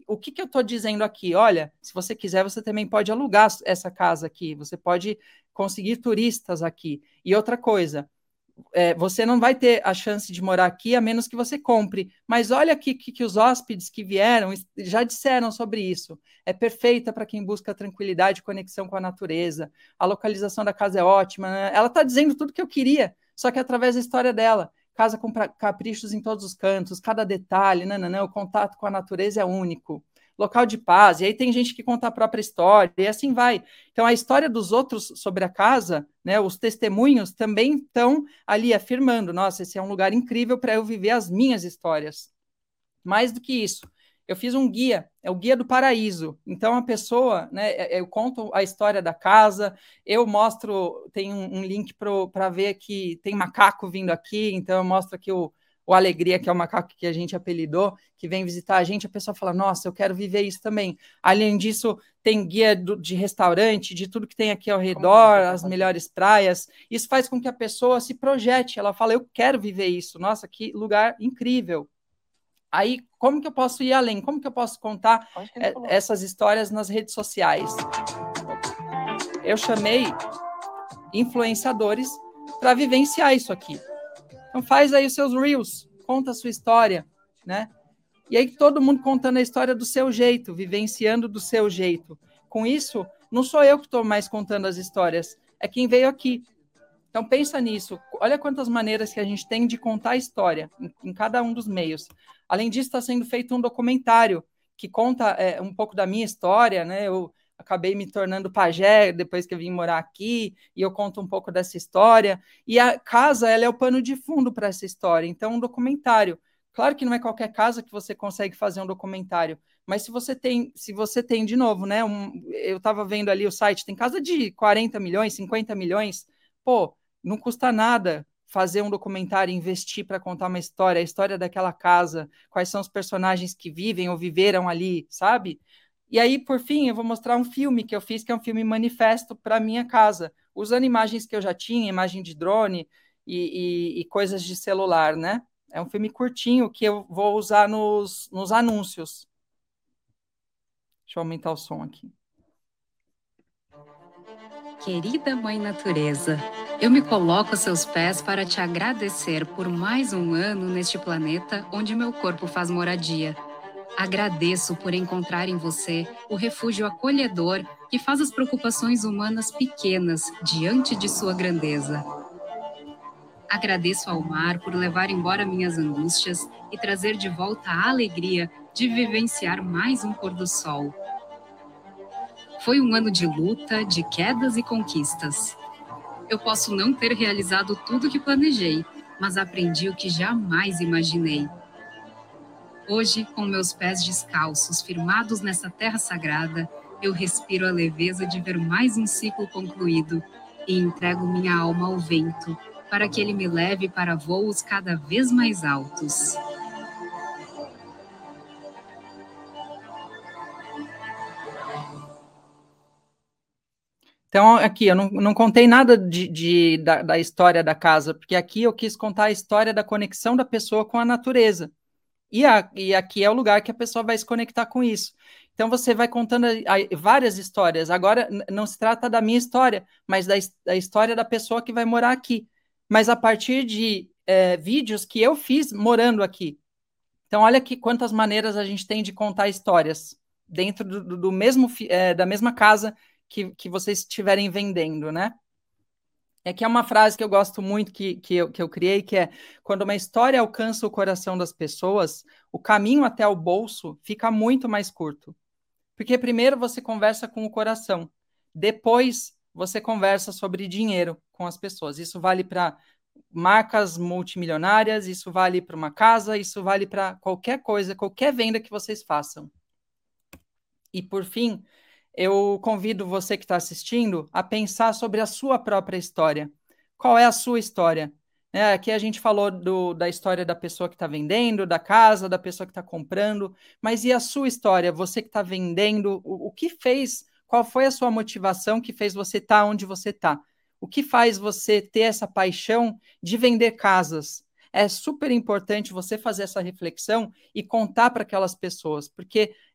o que, que eu estou dizendo aqui? Olha, se você quiser, você também pode alugar essa casa aqui, você pode conseguir turistas aqui. E outra coisa, é, você não vai ter a chance de morar aqui a menos que você compre. Mas olha aqui que, que os hóspedes que vieram já disseram sobre isso. É perfeita para quem busca tranquilidade e conexão com a natureza. A localização da casa é ótima. Né? Ela está dizendo tudo que eu queria, só que através da história dela. Casa com caprichos em todos os cantos, cada detalhe, não, não, não, o contato com a natureza é único. Local de paz, e aí tem gente que conta a própria história, e assim vai. Então, a história dos outros sobre a casa, né, os testemunhos também estão ali afirmando, nossa, esse é um lugar incrível para eu viver as minhas histórias. Mais do que isso, eu fiz um guia, é o Guia do Paraíso. Então, a pessoa, né, eu conto a história da casa, eu mostro, tem um, um link para ver que tem macaco vindo aqui, então eu mostro aqui o, o Alegria, que é o macaco que a gente apelidou, que vem visitar a gente, a pessoa fala, nossa, eu quero viver isso também. Além disso, tem guia do, de restaurante, de tudo que tem aqui ao redor, as melhores praias. Isso faz com que a pessoa se projete, ela fala, eu quero viver isso, nossa, que lugar incrível. Aí, como que eu posso ir além? Como que eu posso contar é, essas histórias nas redes sociais? Eu chamei influenciadores para vivenciar isso aqui. Então, faz aí os seus reels, conta a sua história, né? E aí, todo mundo contando a história do seu jeito, vivenciando do seu jeito. Com isso, não sou eu que estou mais contando as histórias, é quem veio aqui. Então, pensa nisso. Olha quantas maneiras que a gente tem de contar a história em, em cada um dos meios. Além disso, está sendo feito um documentário que conta é, um pouco da minha história, né? Eu acabei me tornando pajé depois que eu vim morar aqui, e eu conto um pouco dessa história. E a casa, ela é o pano de fundo para essa história. Então, um documentário. Claro que não é qualquer casa que você consegue fazer um documentário, mas se você tem, se você tem de novo, né? Um, eu estava vendo ali o site, tem casa de quarenta milhões, cinquenta milhões. Pô, não custa nada fazer um documentário, investir para contar uma história, a história daquela casa, quais são os personagens que vivem ou viveram ali, sabe? E aí, por fim, eu vou mostrar um filme que eu fiz, que é um filme manifesto para minha casa, usando imagens que eu já tinha, imagem de drone e, e, e coisas de celular, né? É um filme curtinho que eu vou usar nos, nos anúncios. Deixa eu aumentar o som aqui. Querida Mãe Natureza, eu me coloco a seus pés para te agradecer por mais um ano neste planeta onde meu corpo faz moradia. Agradeço por encontrar em você o refúgio acolhedor que faz as preocupações humanas pequenas diante de sua grandeza. Agradeço ao mar por levar embora minhas angústias e trazer de volta a alegria de vivenciar mais um pôr do sol. Foi um ano de luta, de quedas e conquistas. Eu posso não ter realizado tudo o que planejei, mas aprendi o que jamais imaginei. Hoje, com meus pés descalços, firmados nessa terra sagrada, eu respiro a leveza de ver mais um ciclo concluído e entrego minha alma ao vento, para que ele me leve para voos cada vez mais altos. Então, aqui, eu não, não contei nada de, de, da, da história da casa, porque aqui eu quis contar a história da conexão da pessoa com a natureza. E, a, e aqui é o lugar que a pessoa vai se conectar com isso. Então, você vai contando a, a, várias histórias. Agora, não se trata da minha história, mas da, da história da pessoa que vai morar aqui. Mas a partir de é, vídeos que eu fiz morando aqui. Então, olha aqui quantas maneiras a gente tem de contar histórias dentro do, do mesmo, é, da mesma casa que, que vocês estiverem vendendo, né? É que é uma frase que eu gosto muito, que, que, eu, que eu criei, que é: quando uma história alcança o coração das pessoas, o caminho até o bolso fica muito mais curto. Porque primeiro você conversa com o coração, depois você conversa sobre dinheiro com as pessoas. Isso vale para marcas multimilionárias, isso vale para uma casa, isso vale para qualquer coisa, qualquer venda que vocês façam. E por fim, eu convido você que está assistindo a pensar sobre a sua própria história. Qual é a sua história? É, aqui a gente falou do, da história da pessoa que está vendendo, da casa, da pessoa que está comprando, mas e a sua história? Você que está vendendo, o, o que fez, qual foi a sua motivação que fez você estar onde você está? O que faz você ter essa paixão de vender casas? É super importante você fazer essa reflexão e contar para aquelas pessoas, porque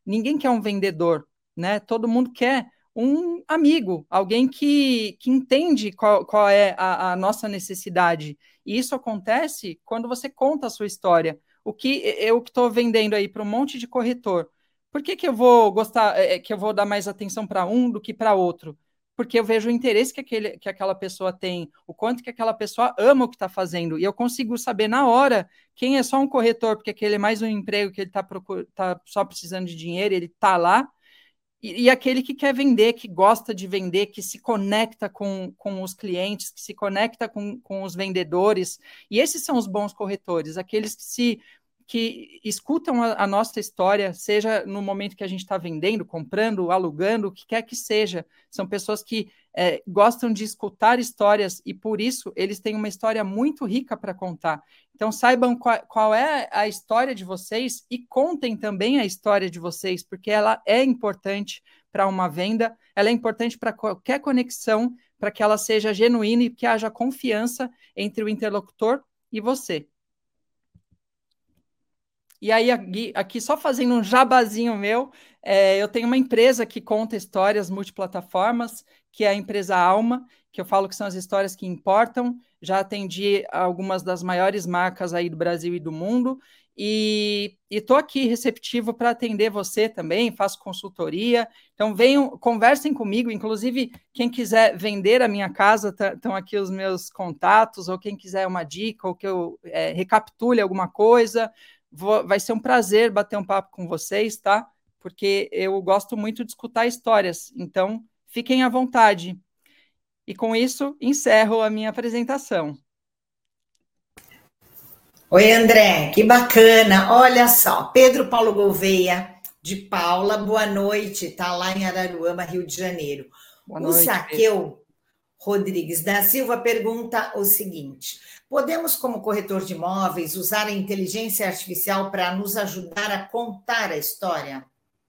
ninguém quer um vendedor, né? Todo mundo quer um amigo, alguém que, que entende qual, qual é a, a nossa necessidade. E isso acontece quando você conta a sua história. O que eu estou vendendo aí para um monte de corretor, por que, que eu vou gostar, é, que eu vou dar mais atenção para um do que para outro? Porque eu vejo o interesse que, aquele, que aquela pessoa tem, o quanto que aquela pessoa ama o que está fazendo, e eu consigo saber na hora quem é só um corretor, porque aquele é mais um emprego que ele está tá só precisando de dinheiro, ele está lá, e, e aquele que quer vender, que gosta de vender, que se conecta com, com os clientes, que se conecta com, com os vendedores, e esses são os bons corretores, aqueles que se que escutam a, a nossa história, seja no momento que a gente está vendendo, comprando, alugando, o que quer que seja. São pessoas que é, gostam de escutar histórias e, por isso, eles têm uma história muito rica para contar. Então, saibam qual, qual é a história de vocês e contem também a história de vocês, porque ela é importante para uma venda, ela é importante para qualquer conexão, para que ela seja genuína e que haja confiança entre o interlocutor e você. E aí, aqui, aqui só fazendo um jabazinho meu, é, eu tenho uma empresa que conta histórias multiplataformas, que é a empresa Alma, que eu falo que são as histórias que importam. Já atendi algumas das maiores marcas aí do Brasil e do mundo, e estou aqui receptivo para atender você também, faço consultoria. Então, venham, conversem comigo, inclusive, quem quiser vender a minha casa, estão aqui os meus contatos, ou quem quiser uma dica, ou que eu é, recapitule alguma coisa. Vou, vai ser um prazer bater um papo com vocês, tá? Porque eu gosto muito de escutar histórias, então fiquem à vontade. E com isso, encerro a minha apresentação. Oi, André, que bacana. Olha só, Pedro Paulo Gouveia, de Paula, boa noite, tá lá em Araruama, Rio de Janeiro. Boa o noite, Zaqueu Pedro. Rodrigues da Silva pergunta o seguinte: podemos, como corretor de imóveis, usar a inteligência artificial para nos ajudar a contar a história?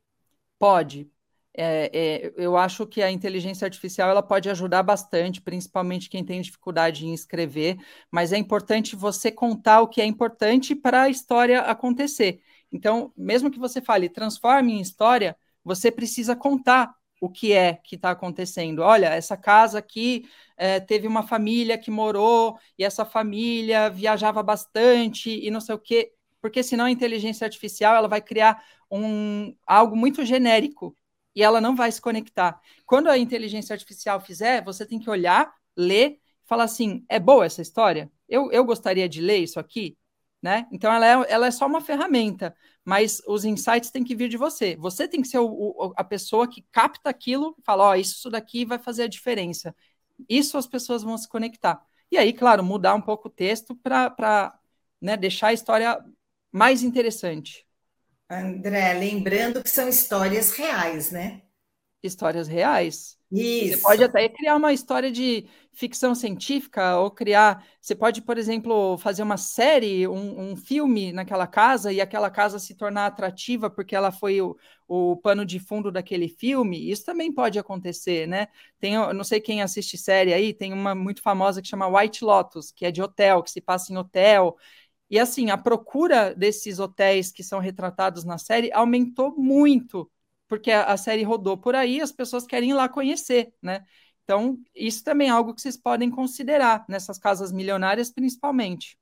Pode. É, é, eu acho que a inteligência artificial ela pode ajudar bastante, principalmente quem tem dificuldade em escrever, mas é importante você contar o que é importante para a história acontecer. Então, mesmo que você fale, transforme em história, você precisa contar o que é que está acontecendo. Olha, essa casa aqui é, teve uma família que morou, e essa família viajava bastante, e não sei o quê, porque senão a inteligência artificial ela vai criar um, algo muito genérico, e ela não vai se conectar. Quando a inteligência artificial fizer, você tem que olhar, ler, falar assim, é boa essa história? Eu, eu gostaria de ler isso aqui? Né? Então, ela é, ela é só uma ferramenta, mas os insights têm que vir de você. Você tem que ser o, o, a pessoa que capta aquilo e fala, ó, oh, isso daqui vai fazer a diferença. Isso as pessoas vão se conectar. E aí, claro, mudar um pouco o texto para né, deixar a história mais interessante. André, lembrando que são histórias reais, né? Histórias reais. Isso. Você pode até criar uma história de ficção científica, ou criar... Você pode, por exemplo, fazer uma série, um, um filme naquela casa, e aquela casa se tornar atrativa porque ela foi o, o pano de fundo daquele filme. Isso também pode acontecer, né? Tem, eu não sei quem assiste série aí, tem uma muito famosa que chama White Lotus, que é de hotel, que se passa em hotel. E assim, a procura desses hotéis que são retratados na série aumentou muito, porque a, a série rodou por aí, as pessoas querem ir lá conhecer, né? Então, isso também é algo que vocês podem considerar, nessas casas milionárias, principalmente.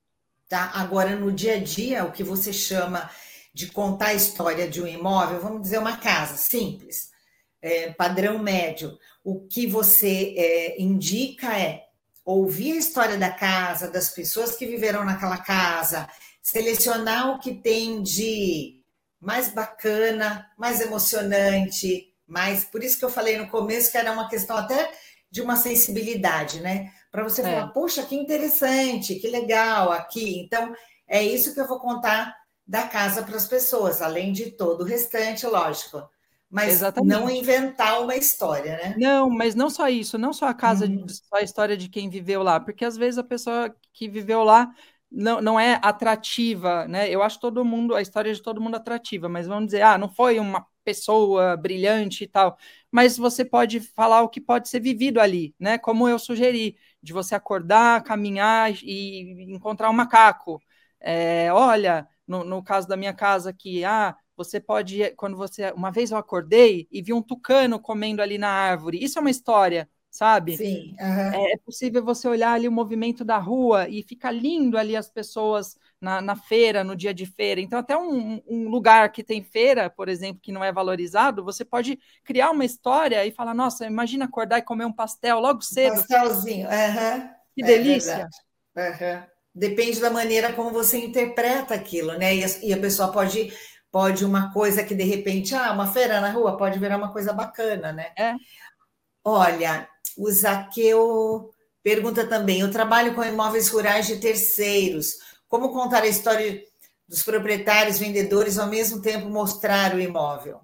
Tá? Agora, no dia a dia, o que você chama de contar a história de um imóvel, vamos dizer uma casa simples, é, padrão médio, o que você é, indica é ouvir a história da casa, das pessoas que viveram naquela casa, selecionar o que tem de mais bacana, mais emocionante, mais... Por isso que eu falei no começo que era uma questão até de uma sensibilidade, né? Para você é. falar, poxa, que interessante, que legal aqui. Então, é isso que eu vou contar da casa para as pessoas, além de todo o restante, lógico. Mas Exatamente. Não inventar uma história, né? Não, mas não só isso, não só a casa, uhum. só a história de quem viveu lá, porque às vezes a pessoa que viveu lá não, não é atrativa, né? Eu acho todo mundo, a história de todo mundo atrativa, mas vamos dizer, ah, não foi uma pessoa brilhante e tal, mas você pode falar o que pode ser vivido ali, né? Como eu sugeri, de você acordar, caminhar e encontrar um macaco. É, olha, no, no caso da minha casa aqui, ah, você pode, quando você, uma vez eu acordei e vi um tucano comendo ali na árvore, isso é uma história, sabe? Sim. Uhum. É, é possível você olhar ali o movimento da rua e fica lindo ali as pessoas na, na feira, no dia de feira. Então, até um, um lugar que tem feira, por exemplo, que não é valorizado, você pode criar uma história e falar, nossa, imagina acordar e comer um pastel logo cedo. Pastelzinho, uhum. Que É delícia. Uhum. Depende da maneira como você interpreta aquilo, né? E a, e a pessoa pode, pode uma coisa que, de repente, ah, uma feira na rua pode virar uma coisa bacana, né? É. Olha, o Zaqueu pergunta também, eu trabalho com imóveis rurais de terceiros, como contar a história dos proprietários, vendedores, ao mesmo tempo mostrar o imóvel?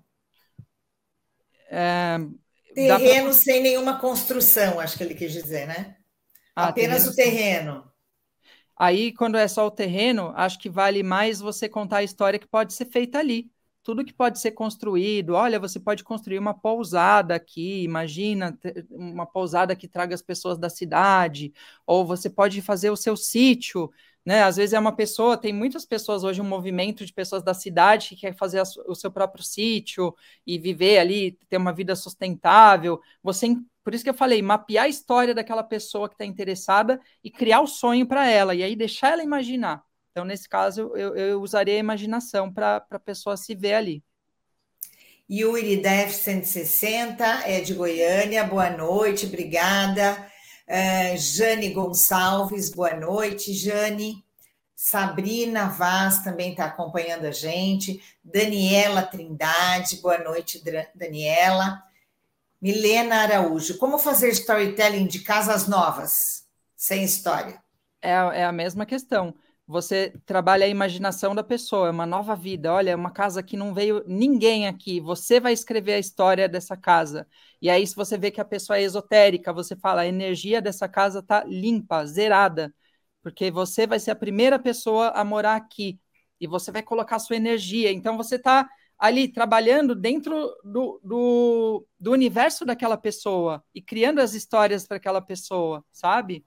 É, terreno pra... sem nenhuma construção, acho que ele quis dizer, né? Ah, apenas terreno o terreno. Aí, quando é só o terreno, acho que vale mais você contar a história que pode ser feita ali. Tudo que pode ser construído. Olha, você pode construir uma pousada aqui, imagina uma pousada que traga as pessoas da cidade, ou você pode fazer o seu sítio, né? Às vezes é uma pessoa, tem muitas pessoas hoje, um movimento de pessoas da cidade que quer fazer a, o seu próprio sítio e viver ali, ter uma vida sustentável. Você Por isso que eu falei, mapear a história daquela pessoa que está interessada e criar o sonho para ela, e aí deixar ela imaginar. Então, nesse caso, eu, eu usaria a imaginação para a pessoa se ver ali. E o Iridef cento e sessenta é de Goiânia, boa noite, obrigada. Uh, Jane Gonçalves, boa noite, Jane. Sabrina Vaz também está acompanhando a gente. Daniela Trindade, boa noite, Daniela. Milena Araújo, como fazer storytelling de casas novas, sem história? É, é a mesma questão. Você trabalha a imaginação da pessoa, é uma nova vida. Olha, é uma casa que não veio ninguém aqui. Você vai escrever a história dessa casa. E aí, se você vê que a pessoa é esotérica, você fala, a energia dessa casa está limpa, zerada, porque você vai ser a primeira pessoa a morar aqui. E você vai colocar a sua energia. Então, você está ali trabalhando dentro do, do, do universo daquela pessoa e criando as histórias para aquela pessoa, sabe?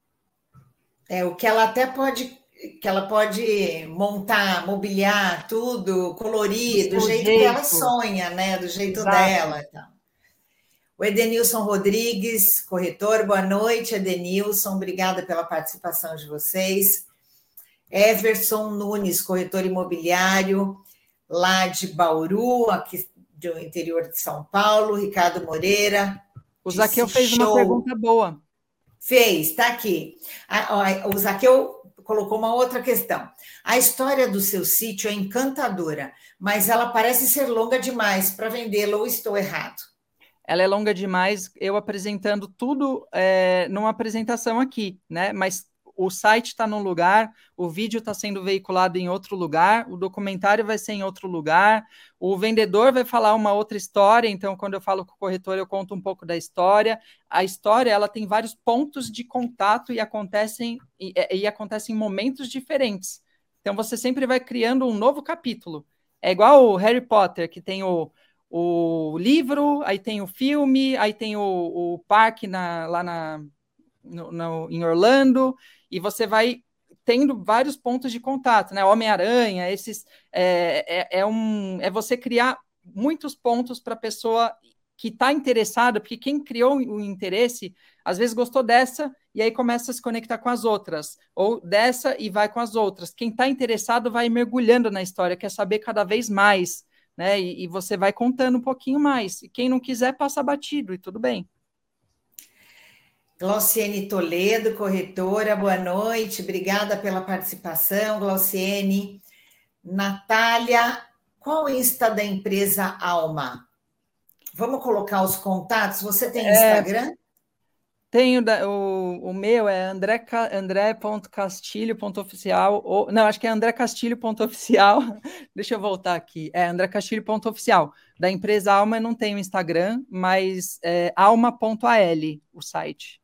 É, o que ela até pode, que ela pode montar, mobiliar tudo, colorir, do, do jeito, jeito que ela sonha, né? Do jeito Exato. Dela. Então. O Edenilson Rodrigues, corretor, boa noite, Edenilson, obrigada pela participação de vocês. Everson Nunes, corretor imobiliário, lá de Bauru, aqui do interior de São Paulo, Ricardo Moreira. O Zaqueu fez show. Uma pergunta boa. Fez, está aqui. O Zaqueu colocou uma outra questão. A história do seu sítio é encantadora, mas ela parece ser longa demais para vendê-la, ou estou errado? Ela é longa demais, eu apresentando tudo é, numa apresentação aqui, né? Mas o site está num lugar, o vídeo está sendo veiculado em outro lugar, o documentário vai ser em outro lugar, o vendedor vai falar uma outra história, então quando eu falo com o corretor eu conto um pouco da história. A história ela tem vários pontos de contato e acontecem, e, e acontecem em momentos diferentes. Então você sempre vai criando um novo capítulo. É igual o Harry Potter, que tem o, o livro, aí tem o filme, aí tem o, o parque na, lá na, no, no, em Orlando, e você vai tendo vários pontos de contato, né? Homem-Aranha, esses é, é, é, um, é você criar muitos pontos para a pessoa que está interessada, porque quem criou o interesse, às vezes gostou dessa, e aí começa a se conectar com as outras, ou dessa e vai com as outras. Quem está interessado vai mergulhando na história, quer saber cada vez mais, né? E, e você vai contando um pouquinho mais. E quem não quiser, passa batido, e tudo bem. Glauciene Toledo, corretora, boa noite, obrigada pela participação, Glauciene. Natália, qual o Insta da empresa Alma? Vamos colocar os contatos, você tem Instagram? É, tenho, o, o meu é andré, andré ponto castilho ponto oficial, ou, não, acho que é andré castilho ponto oficial, deixa eu voltar aqui, é andré castilho ponto oficial. Da empresa Alma eu não tenho Instagram, mas é alma ponto a l, o site.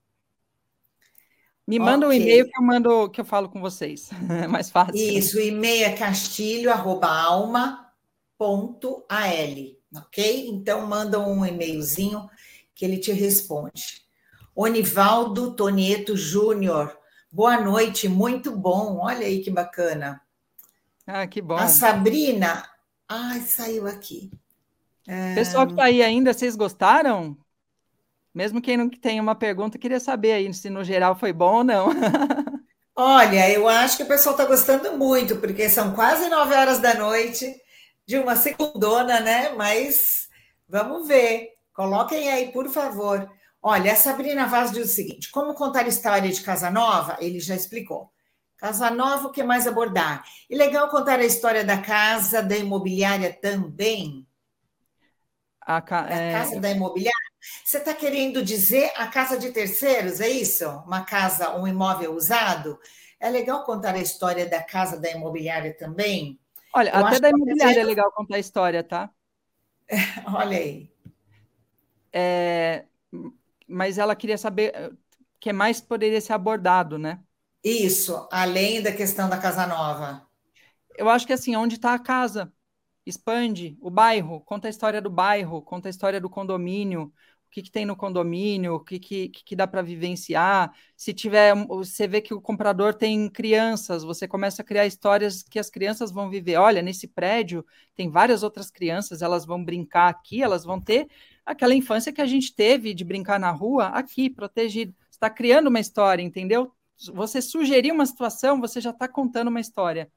Me manda okay. um e-mail que eu mando, que eu falo com vocês. É mais fácil. Isso, o e-mail é castilho arroba alma ponto a l, ok? Então, manda um e-mailzinho que ele te responde. Onivaldo Tonieto Júnior, boa noite, muito bom. Olha aí que bacana. Ah, que bom. A Sabrina, Ai, saiu aqui. Pessoal que está aí ainda, vocês gostaram? Mesmo quem não tem uma pergunta, queria saber aí se no geral foi bom ou não. Olha, eu acho que o pessoal está gostando muito, porque são quase nove horas da noite de uma segundona, né? Mas vamos ver. Coloquem aí, por favor. Olha, a Sabrina Vaz diz o seguinte: como contar história de casa nova? Ele já explicou. Casa nova, o que mais abordar? E legal contar a história da casa, da imobiliária também. A ca... Da é... casa da imobiliária? Você está querendo dizer a casa de terceiros, é isso? Uma casa, um imóvel usado? É legal contar a história da casa da imobiliária também? Olha, Eu até da imobiliária que... é legal contar a história, tá? Olha aí. É... Mas ela queria saber o que mais poderia ser abordado, né? Isso, além da questão da casa nova. Eu acho que assim, onde está a casa? Expande o bairro, conta a história do bairro, conta a história do condomínio, o que, que tem no condomínio, o que, que, que dá para vivenciar. Se tiver, você vê que o comprador tem crianças, você começa a criar histórias que as crianças vão viver. Olha, nesse prédio tem várias outras crianças, elas vão brincar aqui, elas vão ter aquela infância que a gente teve de brincar na rua aqui, protegido. Você está criando uma história, entendeu? Você sugerir uma situação, você já está contando uma história.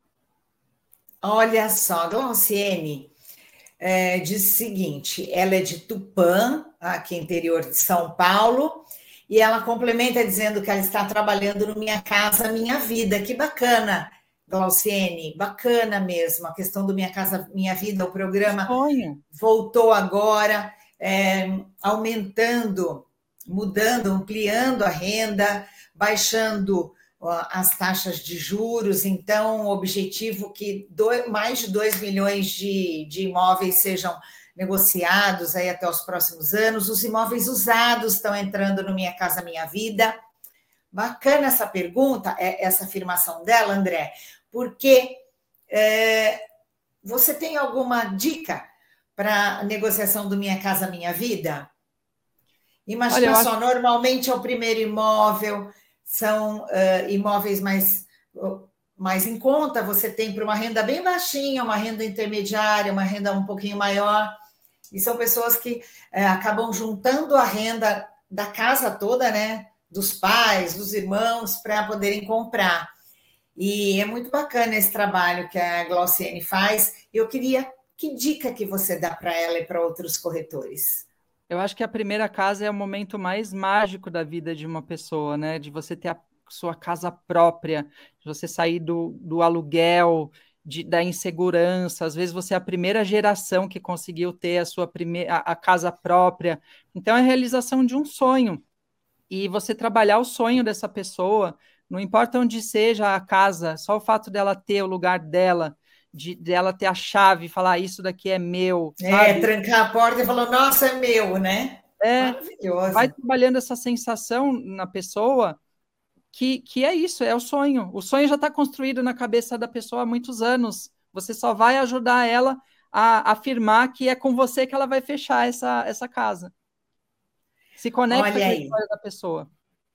Olha só, Glauciene é, diz o seguinte: ela é de Tupã, aqui interior de São Paulo, e ela complementa dizendo que ela está trabalhando no Minha Casa Minha Vida. Que bacana, Glauciene, bacana mesmo. A questão do Minha Casa Minha Vida, o programa Sonho. Voltou agora, é, aumentando, mudando, ampliando a renda, baixando as taxas de juros. Então, o objetivo é que dois, mais de dois milhões de, de imóveis sejam negociados aí até os próximos anos. Os imóveis usados estão entrando no Minha Casa Minha Vida. Bacana essa pergunta, essa afirmação dela, André, porque é, você tem alguma dica para a negociação do Minha Casa Minha Vida? Imagina Olha, só, acho... normalmente é o primeiro imóvel, são uh, imóveis mais, uh, mais em conta, você tem para uma renda bem baixinha, uma renda intermediária, uma renda um pouquinho maior, e são pessoas que uh, acabam juntando a renda da casa toda, né, dos pais, dos irmãos, para poderem comprar. E é muito bacana esse trabalho que a Glauciene faz. Eu queria, que dica que você dá para ela e para outros corretores? Eu acho que a primeira casa é o momento mais mágico da vida de uma pessoa, né? De você ter a sua casa própria, de você sair do, do aluguel, de, da insegurança. Às vezes você é a primeira geração que conseguiu ter a sua primeira a, a casa própria. Então é a realização de um sonho. E você trabalhar o sonho dessa pessoa, não importa onde seja a casa, só o fato dela ter o lugar dela, de dela ter a chave e falar, isso daqui é meu. É, sabe? trancar a porta e falar, nossa, é meu, né? É, maravilhoso. Vai trabalhando essa sensação na pessoa que, que é isso, é o sonho. O sonho já está construído na cabeça da pessoa há muitos anos. Você só vai ajudar ela a afirmar que é com você que ela vai fechar essa, essa casa. Se conecta Olha com a aí. história da pessoa.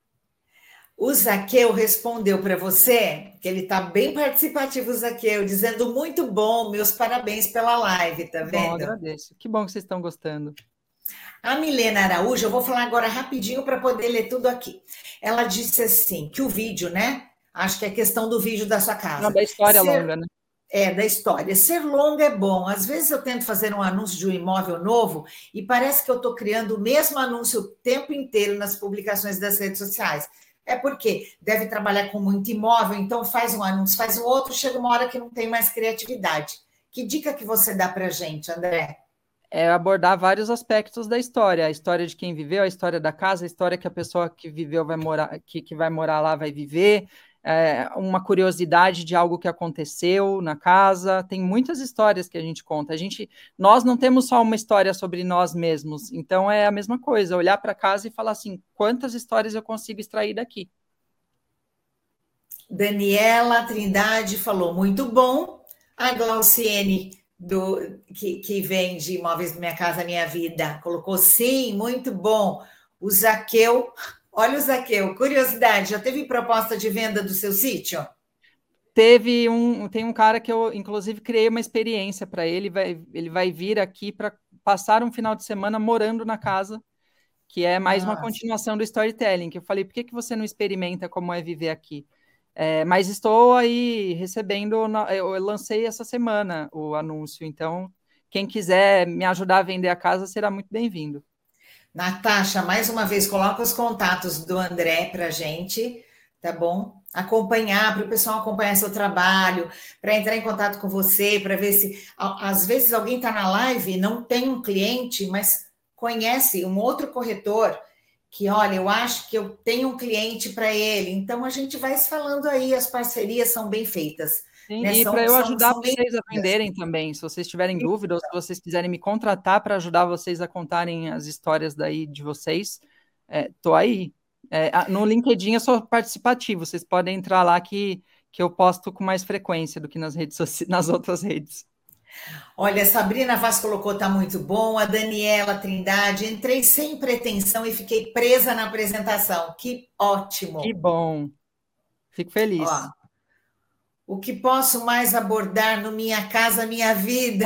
O Zaqueu respondeu para você, que ele está bem participativo, o Zaqueu, dizendo muito bom, meus parabéns pela live, tá vendo? Bom, agradeço. Que bom que vocês estão gostando. A Milena Araújo, eu vou falar agora rapidinho para poder ler tudo aqui. Ela disse assim, que o vídeo, né? Acho que é questão do vídeo da sua casa. Não, da história Ser... longa, né? É, da história. Ser longo é bom. Às vezes eu tento fazer um anúncio de um imóvel novo e parece que eu estou criando o mesmo anúncio o tempo inteiro nas publicações das redes sociais. É porque deve trabalhar com muito imóvel, então faz um anúncio, faz o outro, chega uma hora que não tem mais criatividade. Que dica que você dá para a gente, André? É abordar vários aspectos da história. A história de quem viveu, a história da casa, a história que a pessoa que viveu vai morar, que, que vai morar lá vai viver, é, uma curiosidade de algo que aconteceu na casa. Tem muitas histórias que a gente conta. A gente, nós não temos só uma história sobre nós mesmos. Então é a mesma coisa, olhar para casa e falar assim, quantas histórias eu consigo extrair daqui? Daniela Trindade falou, muito bom. A Glauciene, do, que, que vende imóveis Minha Casa Minha Vida, colocou sim, muito bom. O Zaqueu, olha o Zaqueu, curiosidade, já teve proposta de venda do seu sítio? Teve um, tem um cara que eu, inclusive, criei uma experiência para ele, vai, ele vai vir aqui para passar um final de semana morando na casa, que é mais uma Nossa. continuação do storytelling, que eu falei, por que, que você não experimenta como é viver aqui? É, mas estou aí recebendo, na- eu lancei essa semana o anúncio, então quem quiser me ajudar a vender a casa será muito bem-vindo. Natasha, mais uma vez, coloca os contatos do André para gente, tá bom? Acompanhar, para o pessoal acompanhar seu trabalho, para entrar em contato com você, para ver se. a- Às vezes alguém está na live e não tem um cliente, mas conhece um outro corretor que, olha, eu acho que eu tenho um cliente para ele. Então a gente vai se falando aí, as parcerias são bem feitas, Sim, né? e para São, eu são, ajudar são bem vocês a feitas. venderem também, se vocês tiverem dúvida ou se vocês quiserem me contratar para ajudar vocês a contarem as histórias daí de vocês, é, tô aí. É, a- no LinkedIn eu sou participativo, vocês podem entrar lá que, que eu posto com mais frequência do que nas redes soci- nas outras redes. Olha, a Sabrina Vaz colocou, tá muito bom. A Daniela Trindade, entrei sem pretensão e fiquei presa na apresentação. Que Que ótimo. bom, fico feliz. Ó, o que posso mais abordar no Minha Casa Minha Vida?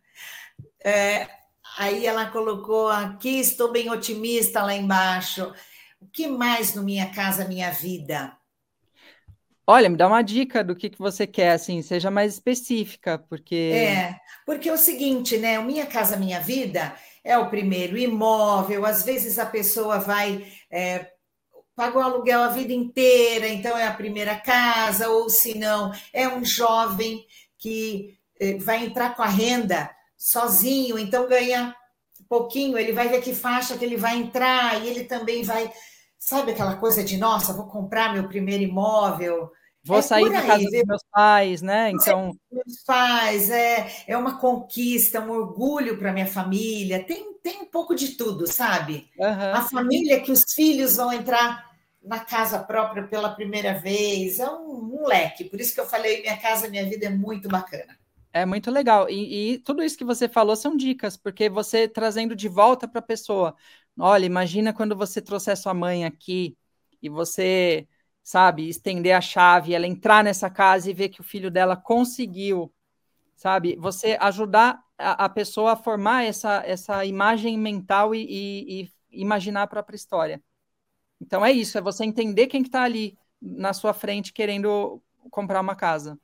É, aí ela colocou aqui, estou bem otimista lá embaixo. O que mais no Minha Casa Minha Vida? Olha, me dá uma dica do que, que você quer, assim, seja mais específica, porque É, porque é o seguinte, né? O Minha Casa Minha Vida é o primeiro imóvel, às vezes a pessoa vai, é, pagou aluguel a vida inteira, então é a primeira casa, ou se não, é um jovem que eh, vai entrar com a renda sozinho, então ganha pouquinho, ele vai ver que faixa que ele vai entrar, e ele também vai, sabe aquela coisa de, nossa, vou comprar meu primeiro imóvel? vou É sair por da casa aí, dos meus pais, né? não sei o Então, que meus pais, é, é uma conquista, um orgulho para minha família, tem, tem um pouco de tudo, sabe? A aham. família que os filhos vão entrar na casa própria pela primeira vez, é um, um leque, por isso que eu falei, minha casa, minha vida é muito bacana. É muito legal. E, e tudo isso que você falou são dicas, porque você trazendo de volta para a pessoa. Olha, imagina quando você trouxer sua mãe aqui e você, sabe, estender a chave, ela entrar nessa casa e ver que o filho dela conseguiu, sabe? Você ajudar a, a pessoa a formar essa, essa imagem mental e, e, e imaginar a própria história. Então é isso, é você entender quem que está ali na sua frente querendo comprar uma casa.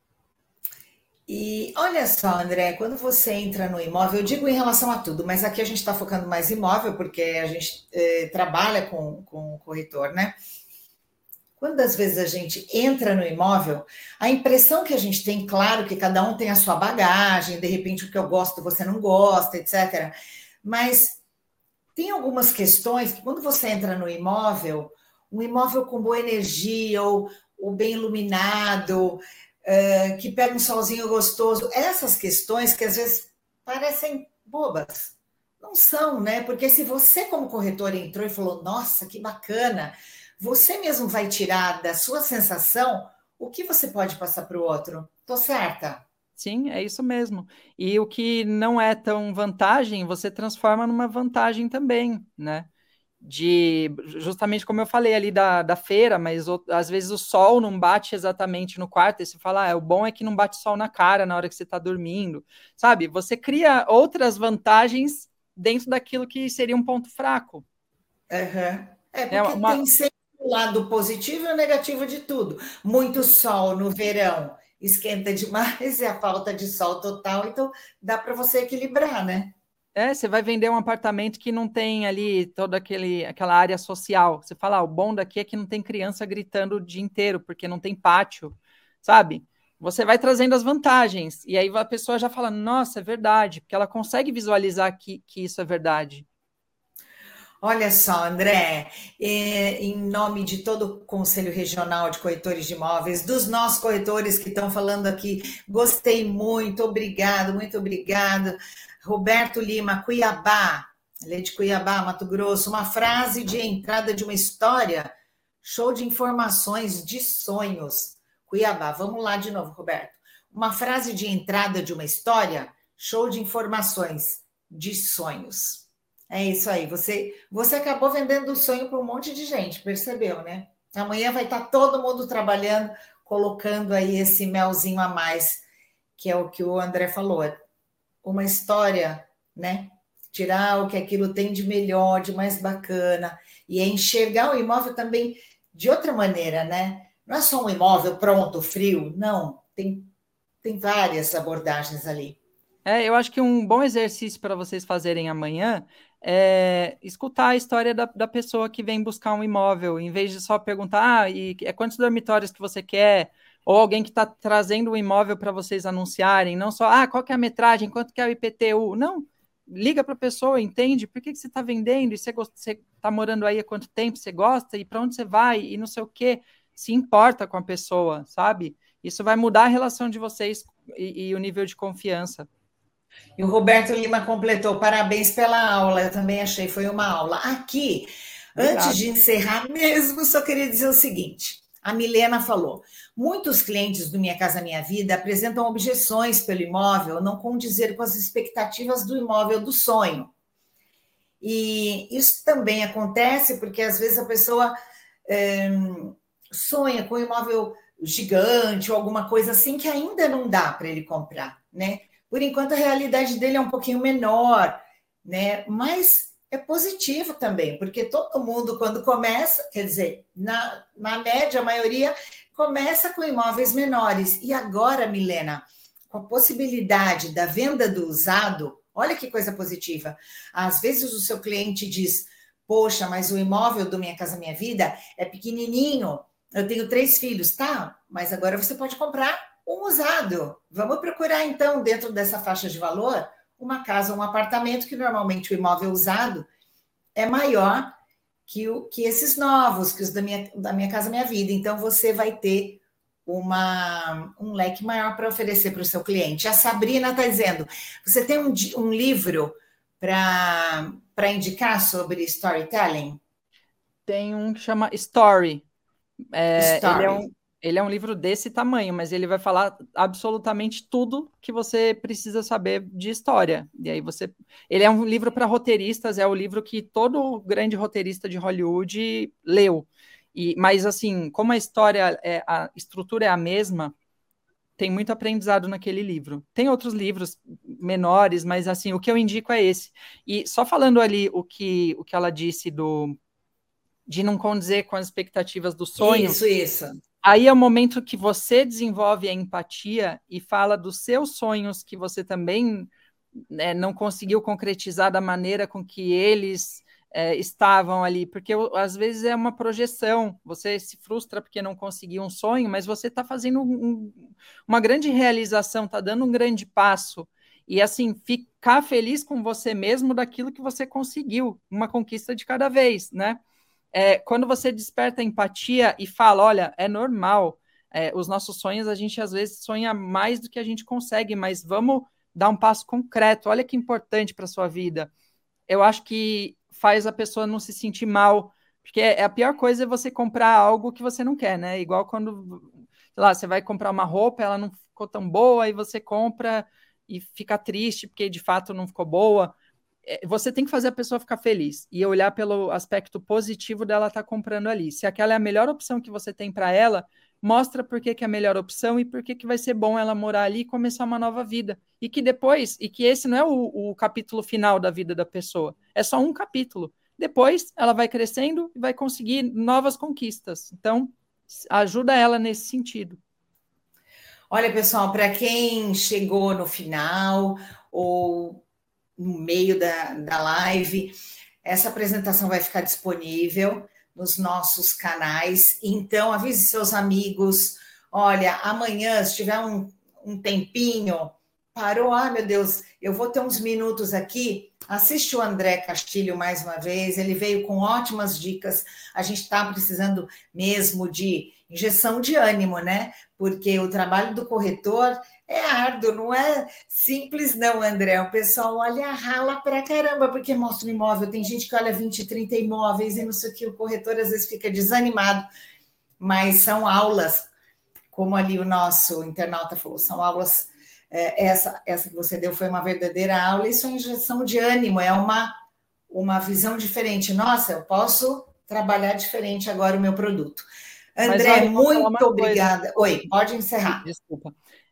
E olha só, André, quando você entra no imóvel, eu digo em relação a tudo, mas aqui a gente está focando mais em imóvel, porque a gente eh, trabalha com, com o corretor, né? Quando às vezes a gente entra no imóvel, a impressão que a gente tem, claro que cada um tem a sua bagagem, de repente o que eu gosto você não gosta, etcétera. Mas tem algumas questões que quando você entra no imóvel, um imóvel com boa energia ou, ou bem iluminado, eh, que pega um solzinho gostoso, essas questões que às vezes parecem bobas. Não são, né? Porque se você, como corretor, entrou e falou, nossa, que bacana, você mesmo vai tirar da sua sensação o que você pode passar para o outro. Tô certa? Sim, é isso mesmo. E o que não é tão vantagem, você transforma numa vantagem também, né? De justamente como eu falei ali da, da feira, mas o- às vezes o sol não bate exatamente no quarto, e você fala, ah, o bom é que não bate sol na cara na hora que você está dormindo, sabe? Você cria outras vantagens dentro daquilo que seria um ponto fraco. Uhum. É É porque uma, tem sempre o lado positivo e o negativo de tudo. Muito sol no verão esquenta demais e a falta de sol total, então dá para você equilibrar, né? É, você vai vender um apartamento que não tem ali toda aquele, aquela área social. Você fala, ah, o bom daqui é que não tem criança gritando o dia inteiro, porque não tem pátio, sabe? Você vai trazendo as vantagens, e aí a pessoa já fala, nossa, é verdade, porque ela consegue visualizar que, que isso é verdade. Olha só, André, eh, em nome de todo o Conselho Regional de Corretores de Imóveis, dos nossos corretores que estão falando aqui, gostei muito, obrigado, muito obrigado. Roberto Lima, Cuiabá, ele é de Cuiabá, Mato Grosso, uma frase de entrada de uma história, show de informações de sonhos. Cuiabá, vamos lá de novo, Roberto. Uma frase de entrada de uma história, show de informações de sonhos. É isso aí. Você, você acabou vendendo o sonho para um monte de gente, percebeu, né? Amanhã vai estar todo mundo trabalhando colocando aí esse melzinho a mais, que é o que o André falou, uma história, né? Tirar o que aquilo tem de melhor, de mais bacana, e enxergar o imóvel também de outra maneira, né? Não é só um imóvel pronto, frio, não, tem, tem várias abordagens ali. É, eu acho que um bom exercício para vocês fazerem amanhã é escutar a história da, da pessoa que vem buscar um imóvel, em vez de só perguntar, ah, e é quantos dormitórios que você quer? Ou alguém que está trazendo um imóvel para vocês anunciarem, não só, ah, qual que é a metragem, quanto que é o I P T U? Não, liga para a pessoa, entende por que, que você está vendendo, e você está morando aí há quanto tempo, você gosta, e para onde você vai, e não sei o quê, se importa com a pessoa, sabe? Isso vai mudar a relação de vocês e, e o nível de confiança. E o Roberto Lima completou, parabéns pela aula, eu também achei, foi uma aula. Aqui, Obrigado. Antes de encerrar mesmo, só queria dizer o seguinte, a Milena falou, muitos clientes do Minha Casa Minha Vida apresentam objeções pelo imóvel não condizer com as expectativas do imóvel do sonho. E isso também acontece porque, às vezes, a pessoa é, sonha com um imóvel gigante ou alguma coisa assim que ainda não dá para ele comprar, né? Por enquanto, a realidade dele é um pouquinho menor, né? Mas é positivo também, porque todo mundo, quando começa, quer dizer, na, na média, a maioria começa com imóveis menores. E agora, Milena, com a possibilidade da venda do usado, olha que coisa positiva. Às vezes o seu cliente diz, poxa, mas o imóvel do Minha Casa Minha Vida é pequenininho, eu tenho três filhos, tá? Mas agora você pode comprar um usado. Vamos procurar, então, dentro dessa faixa de valor, uma casa, um apartamento, que normalmente o imóvel usado é maior que, o, que esses novos, que os da minha, da minha Casa Minha Vida. Então, você vai ter uma, um leque maior para oferecer para o seu cliente. A Sabrina está dizendo, você tem um, um livro para indicar sobre storytelling? Tem um que chama Story. É, Story. Ele é um, ele é um livro desse tamanho, mas ele vai falar absolutamente tudo que você precisa saber de história. E aí você, ele é um livro para roteiristas, é o livro que todo grande roteirista de Hollywood leu. E, mas assim, como a história, é, a estrutura é a mesma, tem muito aprendizado naquele livro. Tem outros livros menores, mas assim, o que eu indico é esse. E só falando ali o que, o que ela disse do de não condizer com as expectativas do sonho. Isso, isso. Aí é o momento que você desenvolve a empatia e fala dos seus sonhos que você também, né, não conseguiu concretizar da maneira com que eles é, estavam ali, porque às vezes é uma projeção, você se frustra porque não conseguiu um sonho, mas você está fazendo um, uma grande realização, está dando um grande passo, e assim, ficar feliz com você mesmo daquilo que você conseguiu, uma conquista de cada vez, né? É, quando você desperta a empatia e fala, olha, é normal, é, os nossos sonhos, a gente às vezes sonha mais do que a gente consegue, mas vamos dar um passo concreto, olha que importante para a sua vida. Eu acho que faz a pessoa não se sentir mal, porque é, a pior coisa é você comprar algo que você não quer, né? Igual quando, sei lá, você vai comprar uma roupa, ela não ficou tão boa, aí você compra e fica triste porque de fato não ficou boa. Você tem que fazer a pessoa ficar feliz e olhar pelo aspecto positivo dela estar comprando ali. Se aquela é a melhor opção que você tem para ela, mostra por que, que é a melhor opção e por que, que vai ser bom ela morar ali e começar uma nova vida. E que depois, e que esse não é o, o capítulo final da vida da pessoa, é só um capítulo. Depois ela vai crescendo e vai conseguir novas conquistas. Então, ajuda ela nesse sentido. Olha, pessoal, para quem chegou no final ou no meio da, da live, essa apresentação vai ficar disponível nos nossos canais, então avise seus amigos, olha, amanhã, se tiver um, um tempinho, parou, ah, meu Deus, eu vou ter uns minutos aqui, assiste o André Castilho mais uma vez, ele veio com ótimas dicas, a gente está precisando mesmo de injeção de ânimo, né? Porque o trabalho do corretor é árduo, não é simples não, André. O pessoal olha, rala pra caramba, porque mostra um imóvel. Tem gente que olha vinte, trinta imóveis e não sei o que, o corretor às vezes fica desanimado. Mas são aulas, como ali o nosso internauta falou, são aulas, é, essa, essa que você deu foi uma verdadeira aula, isso é injeção de ânimo, é uma, uma visão diferente. Nossa, eu posso trabalhar diferente agora o meu produto. André, olha, muito obrigada. Oi, pode encerrar. Desculpa.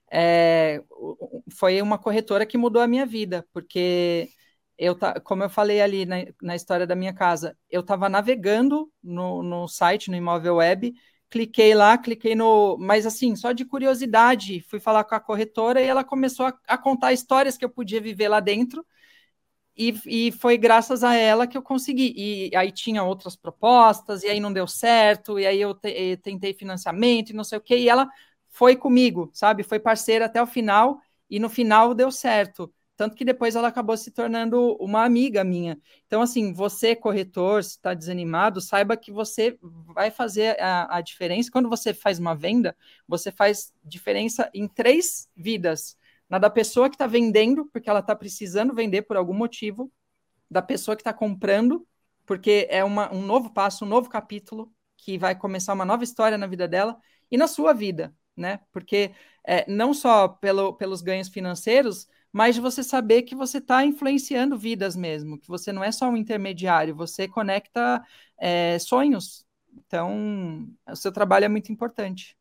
É, foi uma corretora que mudou a minha vida, porque eu, como eu falei ali na, na história da minha casa, eu estava navegando no, no site, no Imóvel Web, cliquei lá, cliquei no... Mas assim, só de curiosidade, fui falar com a corretora e ela começou a, a contar histórias que eu podia viver lá dentro, e, e foi graças a ela que eu consegui. E aí tinha outras propostas, e aí não deu certo, e aí eu te, tentei financiamento e não sei o quê, e ela foi comigo, sabe? Foi parceira até o final, e no final deu certo. Tanto que depois ela acabou se tornando uma amiga minha. Então, assim, você, corretor, se está desanimado, saiba que você vai fazer a, a diferença. Quando você faz uma venda, você faz diferença em três vidas. Na da pessoa que está vendendo, porque ela está precisando vender por algum motivo, da pessoa que está comprando, porque é uma, um novo passo, um novo capítulo, que vai começar uma nova história na vida dela, e na sua vida, né? Porque é, não só pelo, pelos ganhos financeiros, mas de você saber que você está influenciando vidas mesmo, que você não é só um intermediário, você conecta é, sonhos. Então, o seu trabalho é muito importante.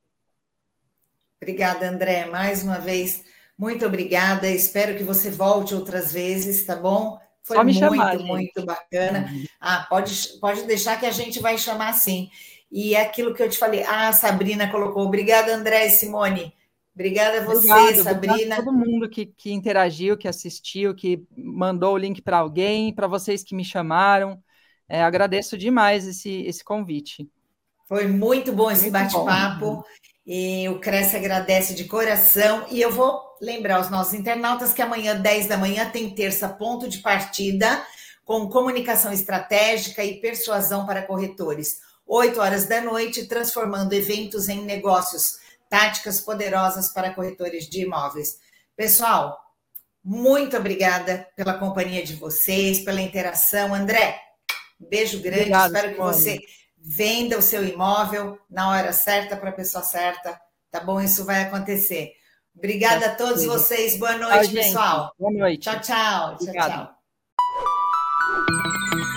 Obrigada, André. Mais uma vez, muito obrigada. Espero que você volte outras vezes, tá bom? Foi muito, chamar, muito bacana. Ah, pode, pode deixar que a gente vai chamar sim. E é aquilo que eu te falei. Ah, a Sabrina colocou. Obrigada, André e Simone. Obrigada a você, obrigado, Sabrina. Obrigado a todo mundo que, que interagiu, que assistiu, que mandou o link para alguém, para vocês que me chamaram. É, agradeço demais esse, esse convite. Foi muito bom esse bate-papo. E o Cresce agradece de coração. E eu vou lembrar aos nossos internautas que amanhã, dez da manhã, tem terça ponto de partida com comunicação estratégica e persuasão para corretores. oito horas da noite, transformando eventos em negócios. Táticas poderosas para corretores de imóveis. Pessoal, muito obrigada pela companhia de vocês, pela interação. André, um beijo grande. Obrigado, espero que você venda o seu imóvel na hora certa para a pessoa certa. Tá bom? Isso vai acontecer. Obrigada a todos vocês. Boa noite, pessoal. Boa noite. Tchau, tchau. Tchau, tchau.